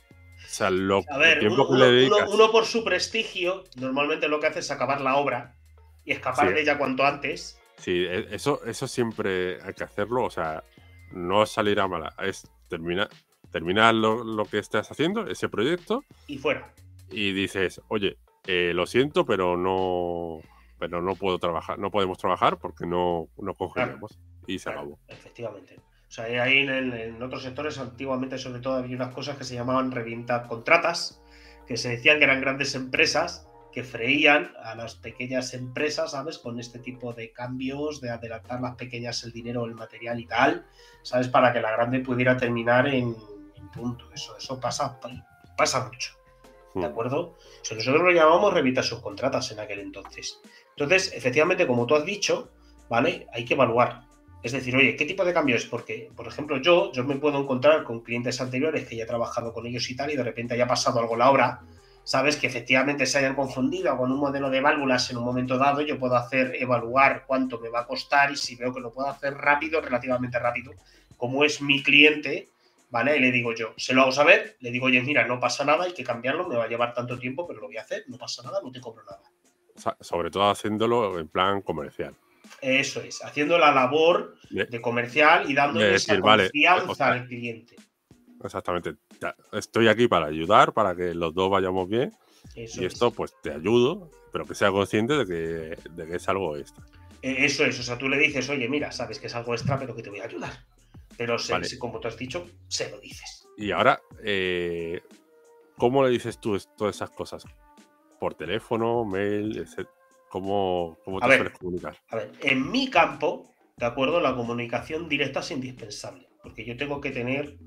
o sea, lo, A ver, el tiempo uno, que le uno, uno, dedicas, uno por su prestigio, normalmente lo que hace es acabar la obra y sí, escapar de ella cuanto antes. sí, e- eso, eso siempre hay que hacerlo, o sea, no salir a mala, es terminar, terminar lo, lo que estás haciendo, ese proyecto, Y fuera. y dices, oye, eh, lo siento, pero no, pero no puedo trabajar, no podemos trabajar porque no, no Claro, congeniamos. Y se claro, acabó. efectivamente. O sea, ahí en, el- en otros sectores antiguamente sobre todo había unas cosas que se llamaban revientar contratas, que se decían que eran grandes empresas que freían a las pequeñas empresas, ¿sabes? Con este tipo de cambios, de adelantar las pequeñas el dinero, el material y tal, ¿sabes? Para que la grande pudiera terminar en, en punto. Eso, eso pasa, pasa mucho. ¿De Hmm. acuerdo? O sea, nosotros lo llamamos revisar subcontratas en aquel entonces. Entonces, efectivamente, como tú has dicho, ¿vale? Hay que evaluar. Es decir, oye, ¿qué tipo de cambio es? Porque, por ejemplo, yo, yo me puedo encontrar con clientes anteriores que ya he trabajado con ellos y tal, y de repente haya pasado algo la hora, ¿sabes? Que efectivamente se hayan confundido con un modelo de válvulas en un momento dado, yo puedo hacer, evaluar cuánto me va a costar y si veo que lo puedo hacer rápido, relativamente rápido, como es mi cliente, ¿vale? Y le digo yo, se lo hago saber, le digo, oye, mira, no pasa nada, hay que cambiarlo, me va a llevar tanto tiempo, pero lo voy a hacer, no pasa nada, no te cobro nada. O sea, sobre todo haciéndolo en plan comercial. Eso es, haciendo la labor De, de comercial y de dándole esa decir, vale, o confianza sea, al cliente. exactamente, ya, estoy aquí para ayudar, para que los dos vayamos bien. Eso Y es. esto, pues te ayudo, pero que sea consciente de que, de que es algo extra. Eh, Eso es, o sea, tú le dices, oye, mira, sabes que es algo extra, pero que te voy a ayudar. Pero se, Vale. se- como tú has dicho, se lo dices. Y ahora, eh, ¿cómo le dices tú es- todas esas cosas? ¿Por teléfono, mail, etcétera? ¿Cómo, cómo A te sueles ver, comunicar? a ver, en mi campo, ¿de acuerdo? La comunicación directa es indispensable, porque yo tengo que tener,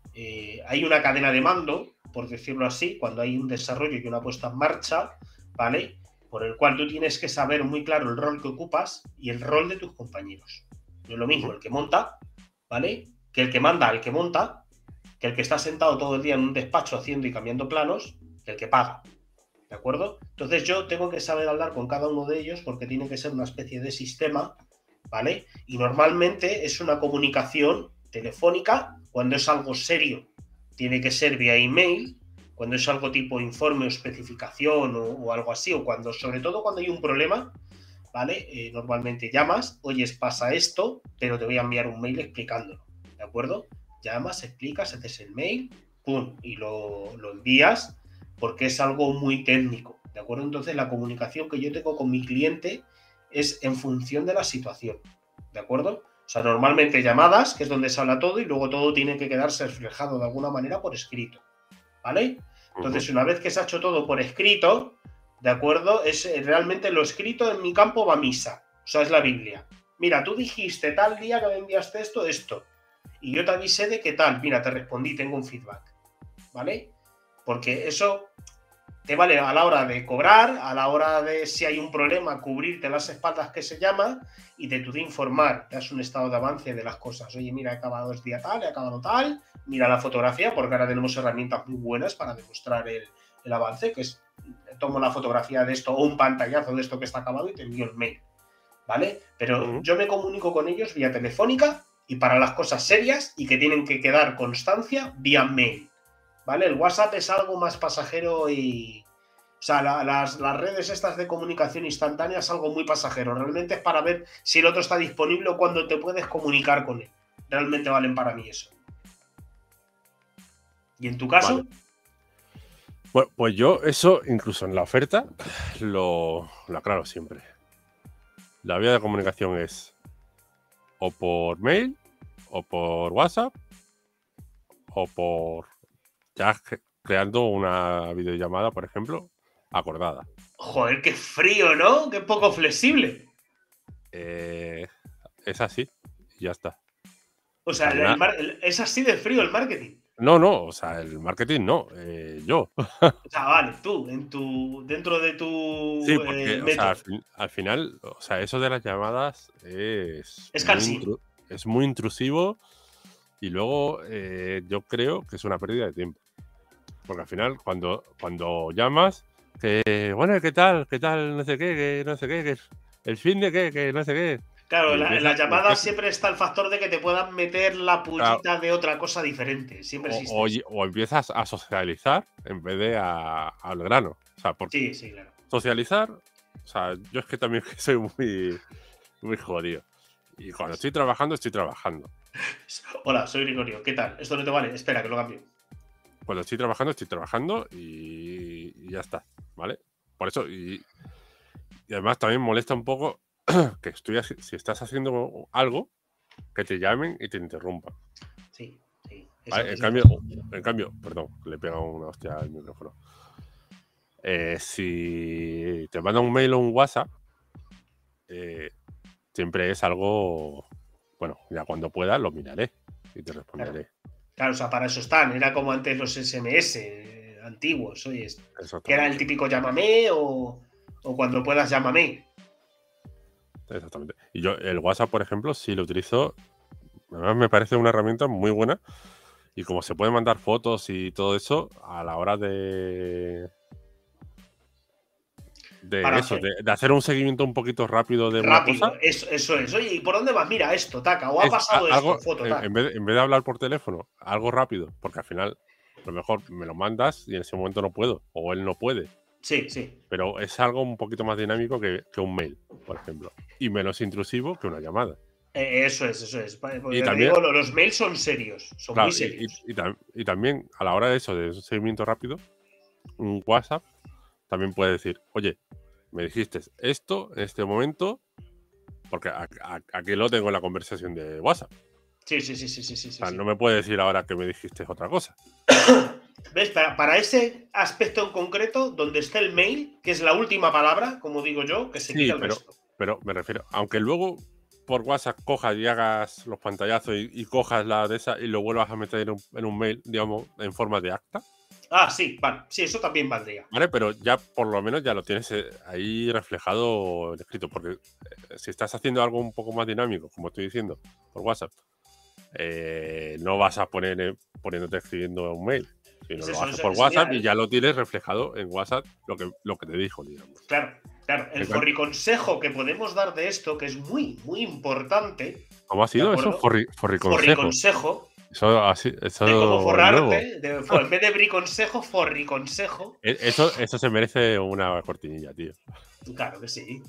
eh, hay una cadena de mando, por decirlo así, cuando hay un desarrollo y una puesta en marcha, ¿vale? Por el cual tú tienes que saber muy claro el rol que ocupas y el rol de tus compañeros. No es lo mismo Ujú. el que monta, ¿vale? Que el que manda, el que monta, que el que está sentado todo el día en un despacho haciendo y cambiando planos, que el que paga. ¿De acuerdo? Entonces yo tengo que saber hablar con cada uno de ellos porque tiene que ser una especie de sistema, ¿vale? Y normalmente es una comunicación telefónica cuando es algo serio. Tiene que ser vía email, cuando es algo tipo informe o especificación o, o algo así, o cuando, sobre todo cuando hay un problema, ¿vale? Eh, normalmente llamas, oyes, pasa esto, pero te voy a enviar un mail explicándolo, ¿de acuerdo? Llamas, explicas, haces el mail, pum, y lo, lo envías porque es algo muy técnico, ¿de acuerdo? Entonces la comunicación que yo tengo con mi cliente es en función de la situación, ¿de acuerdo? O sea, normalmente llamadas, que es donde se habla todo, y luego todo tiene que quedarse reflejado de alguna manera por escrito, ¿vale? Entonces, Ujú. una vez que se ha hecho todo por escrito, ¿de acuerdo? Es eh, realmente lo escrito en mi campo va a misa, o sea, es la Biblia. Mira, tú dijiste tal día que me enviaste esto, esto, y yo te avisé de qué tal, mira, te respondí, tengo un feedback, ¿vale? Porque eso te vale a la hora de cobrar, a la hora de si hay un problema, cubrirte las espaldas que se llama, y de tú de informar, te das un estado de avance de las cosas. Oye, mira, he acabado este día tal, he acabado tal, mira la fotografía, porque ahora tenemos herramientas muy buenas para demostrar el, el avance, que es, tomo la fotografía de esto o un pantallazo de esto que está acabado y te envío el mail, ¿vale? Pero Ujú. yo me comunico con ellos vía telefónica y para las cosas serias y que tienen que quedar constancia vía mail, ¿vale? El WhatsApp es algo más pasajero y... O sea, la, las, las redes estas de comunicación instantánea es algo muy pasajero. Realmente es para ver si el otro está disponible o cuando te puedes comunicar con él. Realmente valen para mí eso. ¿Y en tu Vale. caso? Bueno, pues yo eso, incluso en la oferta, lo, lo aclaro siempre. La vía de comunicación es o por mail, o por WhatsApp, o por ya cre- creando una videollamada, por ejemplo, acordada. Joder, qué frío, ¿no? Qué poco flexible. eh, es así y ya está. O sea, el, el mar, el, es así de frío el marketing. No, no, o sea, el marketing no, eh, yo. O sea, vale, tú, en tu, dentro de tu Sí, porque, eh, o sea, al, método. fin, al, final, o sea, eso de las llamadas es, Es muy, cansino. intru es muy intrusivo y luego eh, yo creo que es una pérdida de tiempo. Porque al final, cuando, cuando llamas, que, bueno, ¿qué tal? ¿Qué tal? No sé qué, que no sé qué, que el fin de qué, que no sé qué. Claro, Y en, la, en empieza, las y llamadas empieza, siempre está el factor de que te puedan meter la pullita claro, de otra cosa diferente. Siempre o, existe o, eso. o, empiezas a socializar en vez de a, al grano. O sea, porque Sí, sí, claro. socializar, o sea, yo es que también soy muy, muy jodido. Y cuando estoy trabajando, estoy trabajando. Hola, soy Gregorio. ¿Qué tal? ¿Esto no te vale? Espera, que lo cambio. Cuando estoy trabajando, estoy trabajando y, y ya está, ¿vale? Por eso, y, y además también molesta un poco que estoy, si estás haciendo algo, que te llamen y te interrumpan. Sí, sí. Eso, ¿Vale? En, eso cambio, es. en cambio, perdón, le he pegado una hostia al micrófono. Eh, si te manda un mail o un WhatsApp, eh, siempre es algo, bueno, ya cuando pueda lo miraré y te responderé. Claro. Claro, o sea, para eso están. Era como antes los S M S eh, antiguos, oye, que era el típico llámame o, o cuando puedas llámame. Exactamente. Y yo el WhatsApp, por ejemplo, sí lo utilizo. Además me parece una herramienta muy buena. Y como se pueden mandar fotos y todo eso, a la hora de... De Para eso, hacer. de, de hacer un seguimiento un poquito rápido de una Rápido, cosa. eso, eso es. Oye, ¿y por dónde vas? Mira esto, taca, o ha Es a, pasado algo, esto, foto, en, taca. en, vez de, en vez de hablar por teléfono, algo rápido, porque al final a lo mejor me lo mandas y en ese momento no puedo, o él no puede. Sí, sí. Pero es algo un poquito más dinámico que, que un mail, por ejemplo. Y menos intrusivo que una llamada. Eh, eso es, eso es. Porque Y te también, digo, los mails son serios, son claro, muy y, y, serios. y, tam, y también a la hora de eso, de un seguimiento rápido, un WhatsApp también puede decir, oye, me dijiste esto en este momento, porque a, a, aquí lo tengo en la conversación de WhatsApp. Sí, sí, sí, sí, sí, sí, O sea, sí. no me puede decir ahora que me dijiste otra cosa. ¿Ves? Para, para ese aspecto en concreto, donde está el mail, que es la última palabra, como digo yo, que se Sí, quita el pero, resto. pero me refiero, aunque luego por WhatsApp cojas y hagas los pantallazos y, y cojas la de esa y lo vuelvas a meter en un, en un mail, digamos, en forma de acta. Ah, sí, vale. Sí, eso también valdría. Vale, pero ya por lo menos ya lo tienes ahí reflejado en escrito, porque eh, si estás haciendo algo un poco más dinámico, como estoy diciendo, por WhatsApp, eh, no vas a poner eh, poniéndote escribiendo un mail, sino Es lo eso, haces eso, por eso, WhatsApp mira, y ya lo tienes reflejado en WhatsApp lo que, lo que te dijo, digamos. Claro, claro. El forriconsejo que podemos dar de esto, que es muy, muy importante. ¿Cómo ha sido eso? Forri, forriconsejo. Forriconsejo. Eso, así, eso De cómo nuevo. forrarte. De, en vez de briconsejo, forriconsejo. Eso, eso se merece una cortinilla, tío. Claro que sí.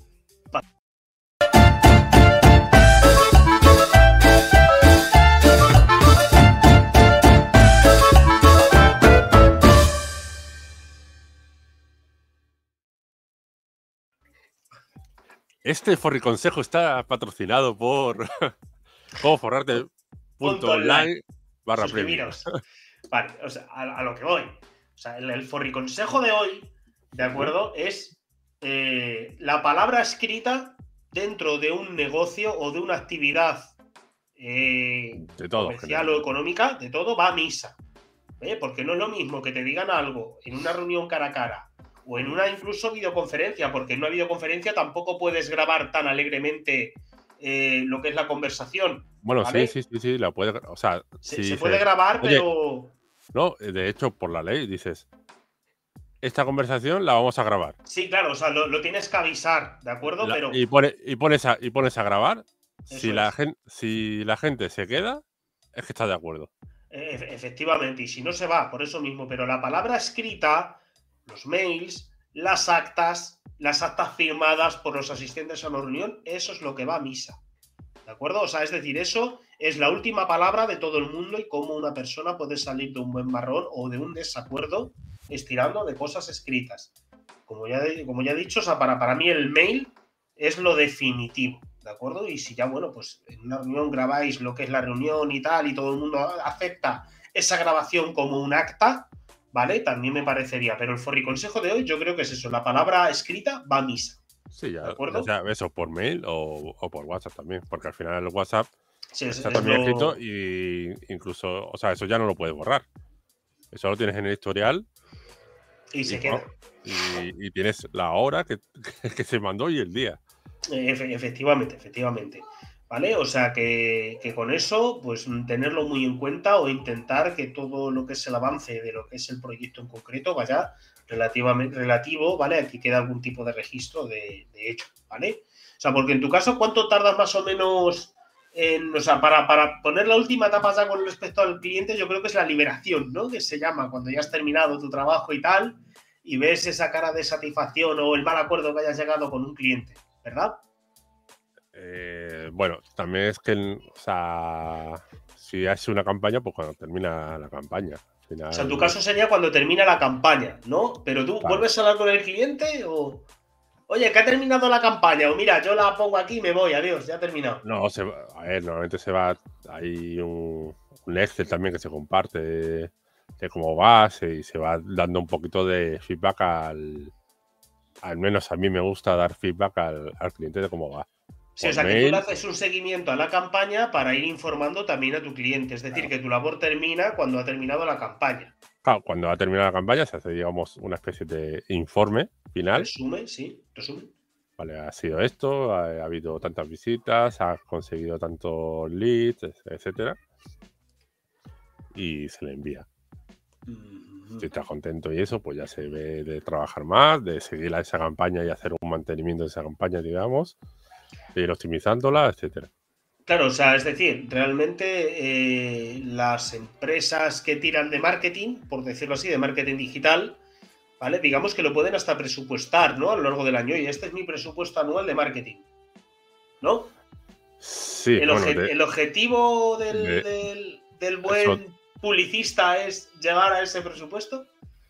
Este forriconsejo está patrocinado por cómo forrarte punto online barra premium. Vale, o sea, a, a, lo que voy. O sea, el, el forriconsejo de hoy, ¿de acuerdo? Es eh, la palabra escrita dentro de un negocio o de una actividad eh, de todo, comercial o económica, de todo va a misa. ¿eh? Porque no es lo mismo que te digan algo en una reunión cara a cara o en una incluso videoconferencia, porque en una videoconferencia tampoco puedes grabar tan alegremente eh, lo que es la conversación. Bueno, ¿vale? sí, sí, sí, sí, la puede, o sea, se, si se dices, puede grabar, pero... No, de hecho, por la ley dices, esta conversación la vamos a grabar. Sí, claro, o sea, lo, lo tienes que avisar, ¿de acuerdo? La, pero... Y, pone, y, pones a, y pones a grabar. Si es. la, gente, si la gente se queda, es que está de acuerdo. E efectivamente, y si no se va, por eso mismo, pero la palabra escrita, los mails, las actas, las actas firmadas por los asistentes a la reunión, eso es lo que va a misa. ¿De acuerdo? O sea, es decir, eso es la última palabra de todo el mundo y cómo una persona puede salir de un buen marrón o de un desacuerdo estirando de cosas escritas. Como ya, como ya he dicho, o sea, para, para mí el mail es lo definitivo, ¿de acuerdo? Y si ya, bueno, pues en una reunión grabáis lo que es la reunión y tal, y todo el mundo acepta esa grabación como un acta, ¿vale? También me parecería. Pero el forriconsejo de hoy yo creo que es eso, la palabra escrita va a misa. Sí, ¿de ya, ya acuerdo? sea eso por mail o, o por WhatsApp también, porque al final el WhatsApp Sí, es, está es también escrito lo... y incluso, o sea, eso ya no lo puedes borrar. Eso lo tienes en el historial Y y, se queda. bueno, y, y tienes la hora que, que se mandó y el día. Efe- efectivamente, efectivamente. ¿Vale? O sea que, que con eso, pues tenerlo muy en cuenta o intentar que todo lo que es el avance de lo que es el proyecto en concreto vaya relativamente relativo, ¿vale? Aquí queda algún tipo de registro de, de hecho, ¿vale? O sea, porque en tu caso, ¿cuánto tardas más o menos en, o sea, para, para poner la última etapa ya con respecto al cliente? Yo creo que es la liberación, ¿no? Que se llama cuando ya has terminado tu trabajo y tal, y ves esa cara de satisfacción o el mal acuerdo que hayas llegado con un cliente, ¿verdad? Eh, bueno, también es que, o sea, si haces una campaña, pues cuando termina la campaña. Al O sea, en tu final, caso sería cuando termina la campaña, ¿no? Pero tú claro. vuelves a hablar con el cliente o, oye, que ha terminado la campaña, o mira, yo la pongo aquí y me voy, adiós, ya ha terminado. No, se va- a ver, normalmente se va, hay un, un Excel también que se comparte de, de cómo va se- y se va dando un poquito de feedback al, al menos a mí me gusta dar feedback al, al cliente de cómo va. Sí, o Por sea, que tú le mail, haces un seguimiento a la campaña para ir informando también a tu cliente. Es decir, claro. que tu labor termina cuando ha terminado la campaña. Claro, cuando ha terminado la campaña se hace, digamos, una especie de informe final. Resumen, sí, resumen. Vale, ha sido esto, ha, ha habido tantas visitas, has conseguido tantos leads, etcétera, y se le envía. Si está contento y eso, pues ya se ve de trabajar más, de seguir a esa campaña y hacer un mantenimiento de esa campaña, digamos, de ir optimizándola, etcétera. Claro, o sea, es decir, realmente eh, las empresas que tiran de marketing, por decirlo así, de marketing digital, ¿vale? Digamos que lo pueden hasta presupuestar, ¿no? A lo largo del año. Y este es mi presupuesto anual de marketing, ¿no? Sí, El, bueno, obje de, el objetivo del, de del, del eso buen publicista es llegar a ese presupuesto.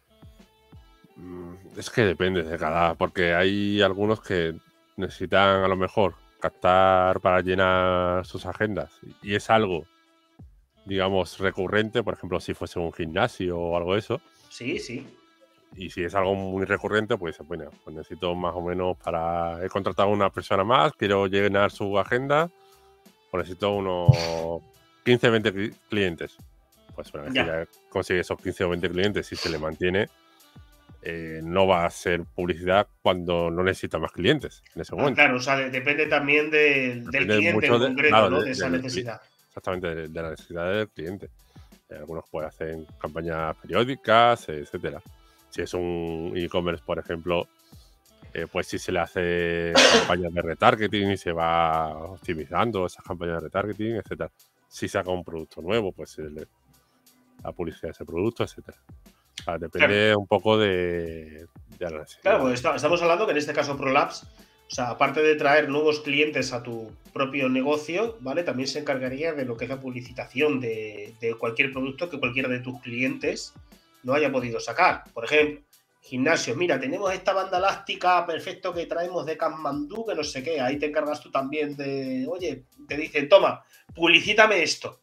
mm, es que depende de cada, porque hay algunos que necesitan a lo mejor captar para llenar sus agendas y es algo, digamos, recurrente, por ejemplo, si fuese un gimnasio o algo de eso. Sí, sí. Y si es algo muy recurrente, pues bueno, pues necesito más o menos para... He contratado a una persona más, quiero llenar su agenda, pues necesito unos quince o veinte cli- clientes. Pues una vez que Ya. ya consigue esos quince o veinte clientes y se le mantiene, eh, no va a ser publicidad cuando no necesita más clientes en ese Ah, momento. claro, o sea, de- depende también de- del Depende cliente en mucho de, concreto, claro, ¿no? de- De esa del cli- necesidad. exactamente de, de la necesidad del cliente. Eh, algunos pueden hacer campañas periódicas, etcétera. Si es un e-commerce, por ejemplo, eh, pues si se le hace campañas de retargeting y se va optimizando esas campañas de retargeting, etcétera. Si saca un producto nuevo, pues se le- la publicidad de ese producto, etcétera. O sea, Claro, depende un poco de, de la claro, necesidad. pues está- estamos hablando que en este caso ProLabs, o sea, aparte de traer nuevos clientes a tu propio negocio, ¿vale? También se encargaría de lo que es la publicitación de, de cualquier producto que cualquiera de tus clientes no haya podido sacar. Por ejemplo, gimnasio, mira, tenemos esta banda elástica perfecto que traemos de Kathmandú, que no sé qué, ahí te encargas tú también de, oye, te dicen, toma, publicítame esto.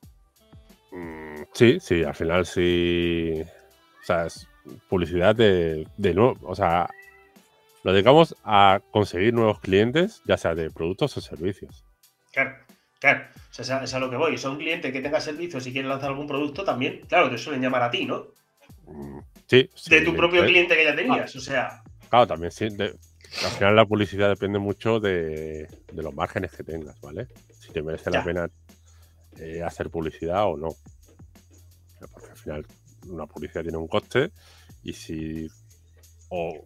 Mm, sí, sí, al final sí. O sea, es publicidad de, de nuevo. O sea, lo dedicamos a conseguir nuevos clientes, ya sea de productos o servicios. Claro, claro, o sea, es a lo que voy. Son un cliente que tenga servicios y quiere lanzar algún producto también, claro, te suelen llamar a ti, ¿no? Mm, sí, De sí, tu le propio interesa. cliente que ya Ah, tenías, o sea, claro, también sí. de- al final la publicidad depende mucho de, de los márgenes que tengas, ¿vale? Si te merece la ya. pena eh, hacer publicidad o no. Porque al final una publicidad tiene un coste y si o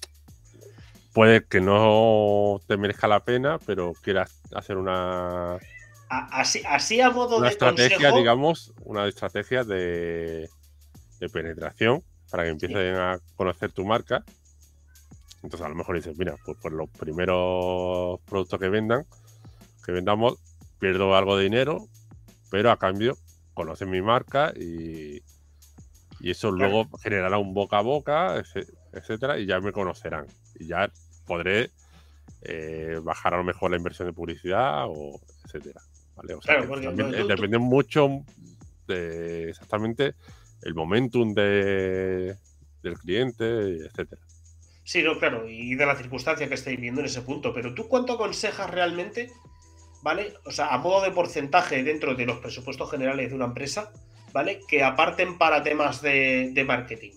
puede que no te merezca la pena, pero quieras hacer una, A- Así, así a modo una de estrategia, consejo, digamos, una estrategia de, de penetración para que sí, empiecen a conocer tu marca. Entonces a lo mejor dices, mira, pues por los primeros productos que vendan, que vendamos, pierdo algo de dinero, pero a cambio conocen mi marca y, y eso claro, luego generará un boca a boca, ece- etcétera, y ya me conocerán. Y ya podré eh, bajar a lo mejor la inversión de publicidad o etcétera. ¿Vale? O sea claro, que porque también bueno, eh, tú, tú- depende mucho de exactamente el momentum de, del cliente, etcétera. Sí, no, claro, y de la circunstancia que estáis viendo en ese punto. Pero ¿tú cuánto aconsejas realmente, ¿vale? O sea, a modo de porcentaje dentro de los presupuestos generales de una empresa, ¿vale? Que aparten para temas de, de marketing.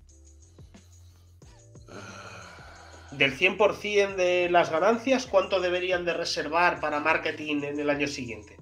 Del cien por ciento de las ganancias, ¿cuánto deberían de reservar para marketing en el año siguiente?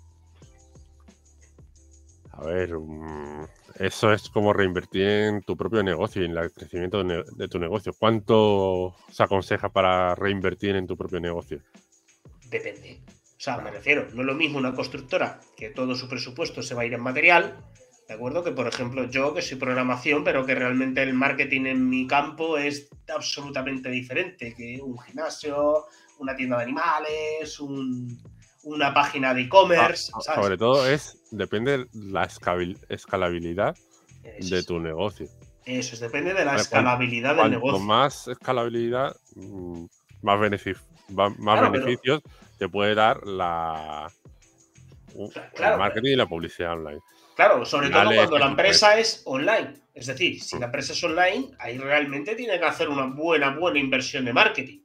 A ver, um, eso es como reinvertir en tu propio negocio y en el crecimiento de, ne de tu negocio. ¿Cuánto se aconseja para reinvertir en tu propio negocio? Depende. O sea, me refiero, no es lo mismo una constructora que todo su presupuesto se va a ir en material, ¿de acuerdo? Que, por ejemplo, yo que soy programación, pero que realmente el marketing en mi campo es absolutamente diferente que un gimnasio, una tienda de animales, un, una página de Ah, e-commerce, so ¿sabes? sobre todo es depende la escabil escalabilidad Eso de es. tu negocio. Eso es, depende de la Vale, cuan escalabilidad del cuanto negocio. más escalabilidad, mm, más benefic va más Claro, pero beneficios te puede dar la u el claro, marketing y la publicidad online. claro, sobre todo Dale cuando que la tú puedes. empresa es online. Es decir, si Mm, la empresa es online, ahí realmente tiene que hacer una buena, buena inversión de marketing.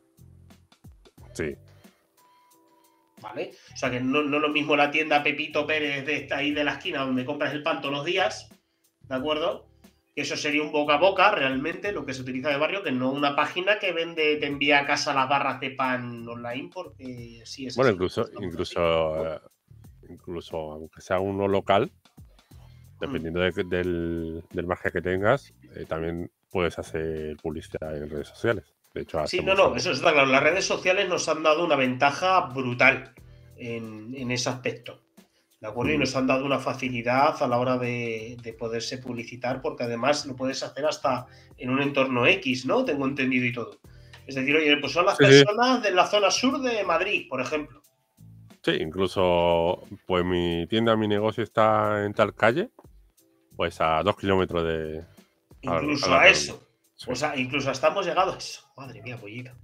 sí. ¿Vale? O sea que no, no es lo mismo la tienda Pepito Pérez de esta ahí de la esquina donde compras el pan todos los días, ¿de acuerdo? Que eso sería un boca a boca realmente, lo que se utiliza de barrio, que no una página que vende, te envía a casa las barras de pan online, porque sí es Bueno, así, incluso estamos así, incluso, ¿no? eh, incluso aunque sea uno local, Mm. dependiendo de que del del margen que tengas, eh, también puedes hacer publicidad en redes sociales. De hecho, Sí, no, hacemos no, algo. eso está claro. Las redes sociales nos han dado una ventaja brutal en, en ese aspecto. ¿De acuerdo? Y Mm. nos han dado una facilidad a la hora de, de poderse publicitar, porque además lo puedes hacer hasta en un entorno X, ¿no? Tengo entendido y todo. Es decir, oye, pues son las Sí, sí. personas de la zona sur de Madrid, por ejemplo. Sí, incluso, pues mi tienda, mi negocio está en tal calle, pues a dos kilómetros de a a Incluso la a redonda. eso. Sí. O sea, incluso hasta hemos llegado a eso. Madre mía, pollito.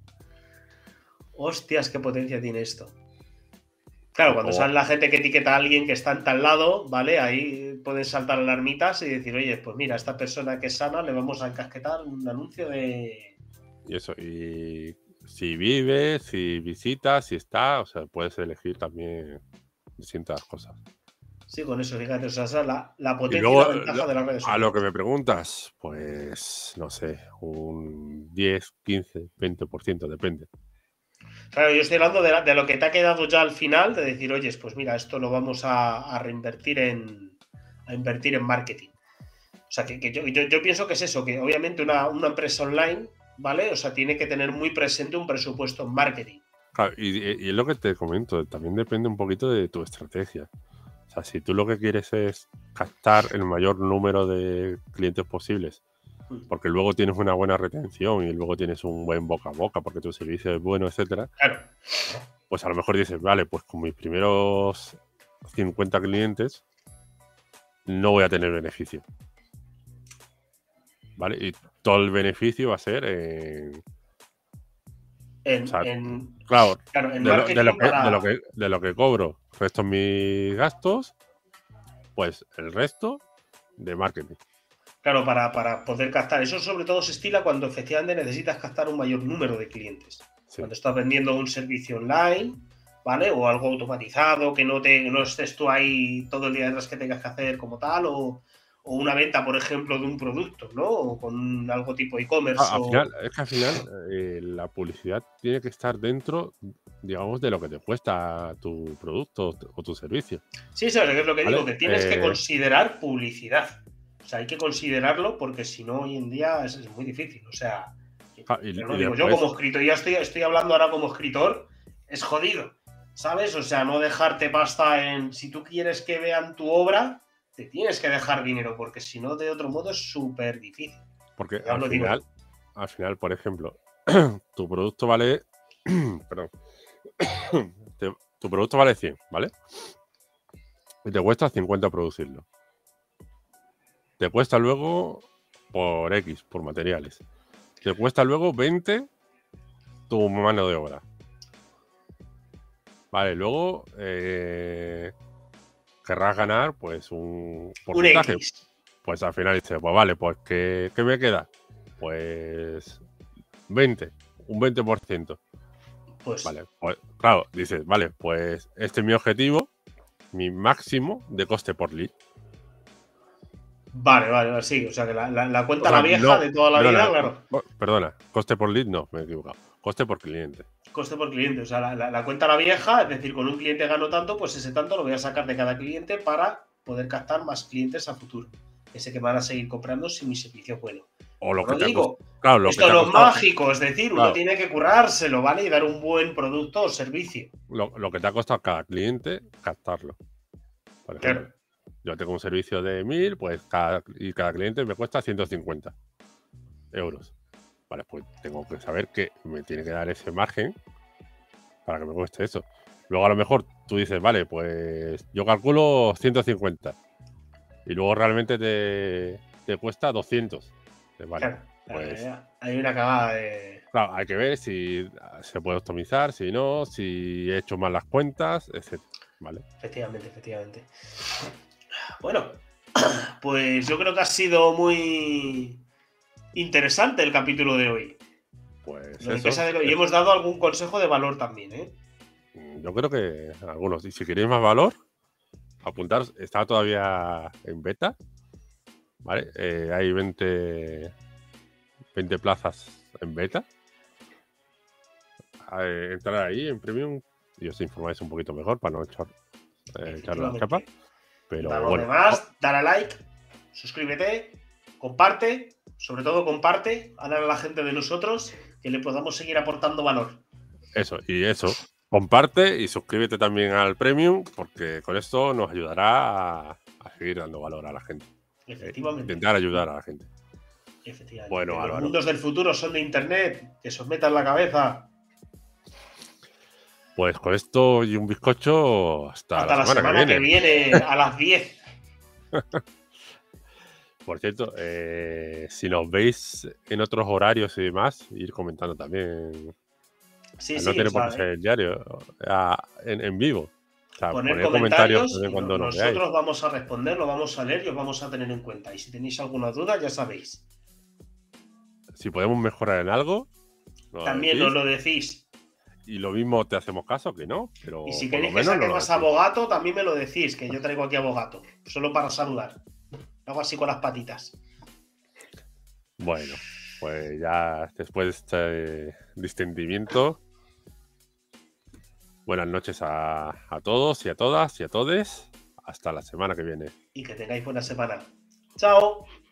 Hostias, qué potencia tiene esto. Claro, Sí, cuando o sale la gente que etiqueta a alguien que está en tal lado, ¿vale? Ahí pueden saltar alarmitas y decir, oye, pues mira, a esta persona que es sana le vamos a encasquetar un anuncio de. y eso, y si vive, si visita, si está, o sea, puedes elegir también distintas cosas. Sí, con eso, fíjate, o sea, esa es la, la Y potencia y la luego, eh, ventaja lo de las redes a lo que sociales. me preguntas, pues no sé, un diez, quince, veinte por ciento, depende. Claro, yo estoy hablando de, la- de lo que te ha quedado ya al final, de decir, oye, pues mira, esto lo vamos a, a reinvertir en, a invertir en marketing. O sea, que, que yo, yo, yo pienso que es eso, que obviamente una, una empresa online, ¿vale? O sea, tiene que tener muy presente un presupuesto en marketing. Claro, y, y es lo que te comento, también depende un poquito de tu estrategia. O sea, si tú lo que quieres es captar el mayor número de clientes posibles, Mm. porque luego tienes una buena retención y luego tienes un buen boca a boca porque tu servicio es bueno, etcétera, Claro, pues a lo mejor dices, vale, pues con mis primeros cincuenta clientes no voy a tener beneficio. ¿Vale? Y todo el beneficio va a ser en. O en, sea, en, claro, claro, en de lo, de lo marketing que, de lo para. que, de lo que cobro, resto mis gastos, pues el resto de marketing. Claro, para, para poder captar. Eso sobre todo se estila cuando efectivamente necesitas captar un mayor número de clientes. Sí. Cuando estás vendiendo un servicio online, ¿vale? O algo automatizado, que no, te, no estés tú ahí todo el día detrás que tengas que hacer como tal, o, o una venta, por ejemplo, de un producto, ¿no? O con algo tipo e-commerce Ah, al o. final, es que al final eh, la publicidad tiene que estar dentro, digamos, de lo que te cuesta tu producto o tu servicio. Sí, eso es lo que digo, ¿Vale? que tienes que Eh, considerar publicidad. O sea, hay que considerarlo porque si no, hoy en día es, es muy difícil. O sea, ja, y, pero y no digo yo como después, escritor, ya estoy, estoy hablando ahora como escritor, es jodido, ¿sabes? O sea, no dejarte pasta en. Si tú quieres que vean tu obra, te tienes que dejar dinero, porque si no, de otro modo es súper difícil. porque Ya os al lo digo yo. final, al final, por ejemplo, tu producto vale. Perdón. Te- tu producto vale cien, ¿vale? Y te cuesta cincuenta producirlo. Te cuesta luego por X, por materiales. Te cuesta luego veinte tu mano de obra. Vale, luego eh, querrás ganar pues un Un porcentaje. X. Pues al final dices, pues vale, pues ¿qué, qué me queda? Pues veinte, un veinte por ciento. Pues, vale, pues claro, dices, vale, pues este es mi objetivo, mi máximo de coste por lead. Vale, vale, vale, sí. O sea, que la, la, la cuenta O sea, la vieja no, de toda la perdona, vida, claro. Perdona, coste por lead no, me he equivocado. Coste por cliente. Coste por cliente. O sea, la, la, la cuenta la vieja, es decir, con un cliente gano tanto, pues ese tanto lo voy a sacar de cada cliente para poder captar más clientes a futuro. Ese que van a seguir comprando si mi servicio es bueno. O lo Como que te ha digo, costado. Claro, lo esto que te ha no es costado. mágico, es decir, claro, uno tiene que currárselo, ¿vale? Y dar un buen producto o servicio. Lo, lo que te ha costado a cada cliente captarlo. Por ejemplo, claro. Yo tengo un servicio de mil, pues cada, y cada cliente me cuesta ciento cincuenta euros. Vale, pues tengo que saber que me tiene que dar ese margen para que me cueste eso. Luego a lo mejor tú dices, vale, pues yo calculo ciento cincuenta y luego realmente te, te cuesta doscientos. Vale, claro, pues hay una cagada de... Claro, hay que ver si se puede optimizar, si no, si he hecho mal las cuentas, etcétera. ¿Vale? Efectivamente, efectivamente. Bueno, pues yo creo que ha sido muy interesante el capítulo de hoy. Pues Lo eso. De y hemos dado algún consejo de valor también, ¿eh? Yo creo que algunos. Y si queréis más valor, apuntaros. Está todavía en beta. ¿Vale? Eh, hay veinte, veinte plazas en beta. Eh, entrar ahí en Premium y os informáis un poquito mejor para no echar, eh, echar la chapa. Pero para los bueno. demás, dale a like, suscríbete, comparte, sobre todo comparte, a la gente de nosotros que le podamos seguir aportando valor. Eso, y eso. Comparte y suscríbete también al Premium, porque con esto nos ayudará a, a seguir dando valor a la gente. Efectivamente. Eh, intentar ayudar a la gente. Efectivamente. Bueno, que Álvaro. Los mundos del futuro son de internet, que se os metan la cabeza. Pues con esto y un bizcocho hasta, hasta la, la semana, semana que, viene. que viene a las diez. Por cierto, eh, si nos veis en otros horarios y demás, ir comentando también. Sí, no sí, tiene o sea, por qué ser el diario, a, en, en vivo. O sea, poner, poner comentarios, comentarios cuando y nos nosotros veáis. vamos a responder, lo vamos a leer y os vamos a tener en cuenta. Y si tenéis alguna duda, ya sabéis. Si podemos mejorar en algo, nos también nos lo decís. Y lo mismo te hacemos caso que no, pero y si por queréis lo menos que saque no más abogato, también me lo decís, que yo traigo aquí abogato, solo para saludar. Hago así con las patitas. Bueno, pues ya después de este distendimiento, buenas noches a, a todos y a todas y a todes. Hasta la semana que viene. Y que tengáis buena semana. ¡Chao!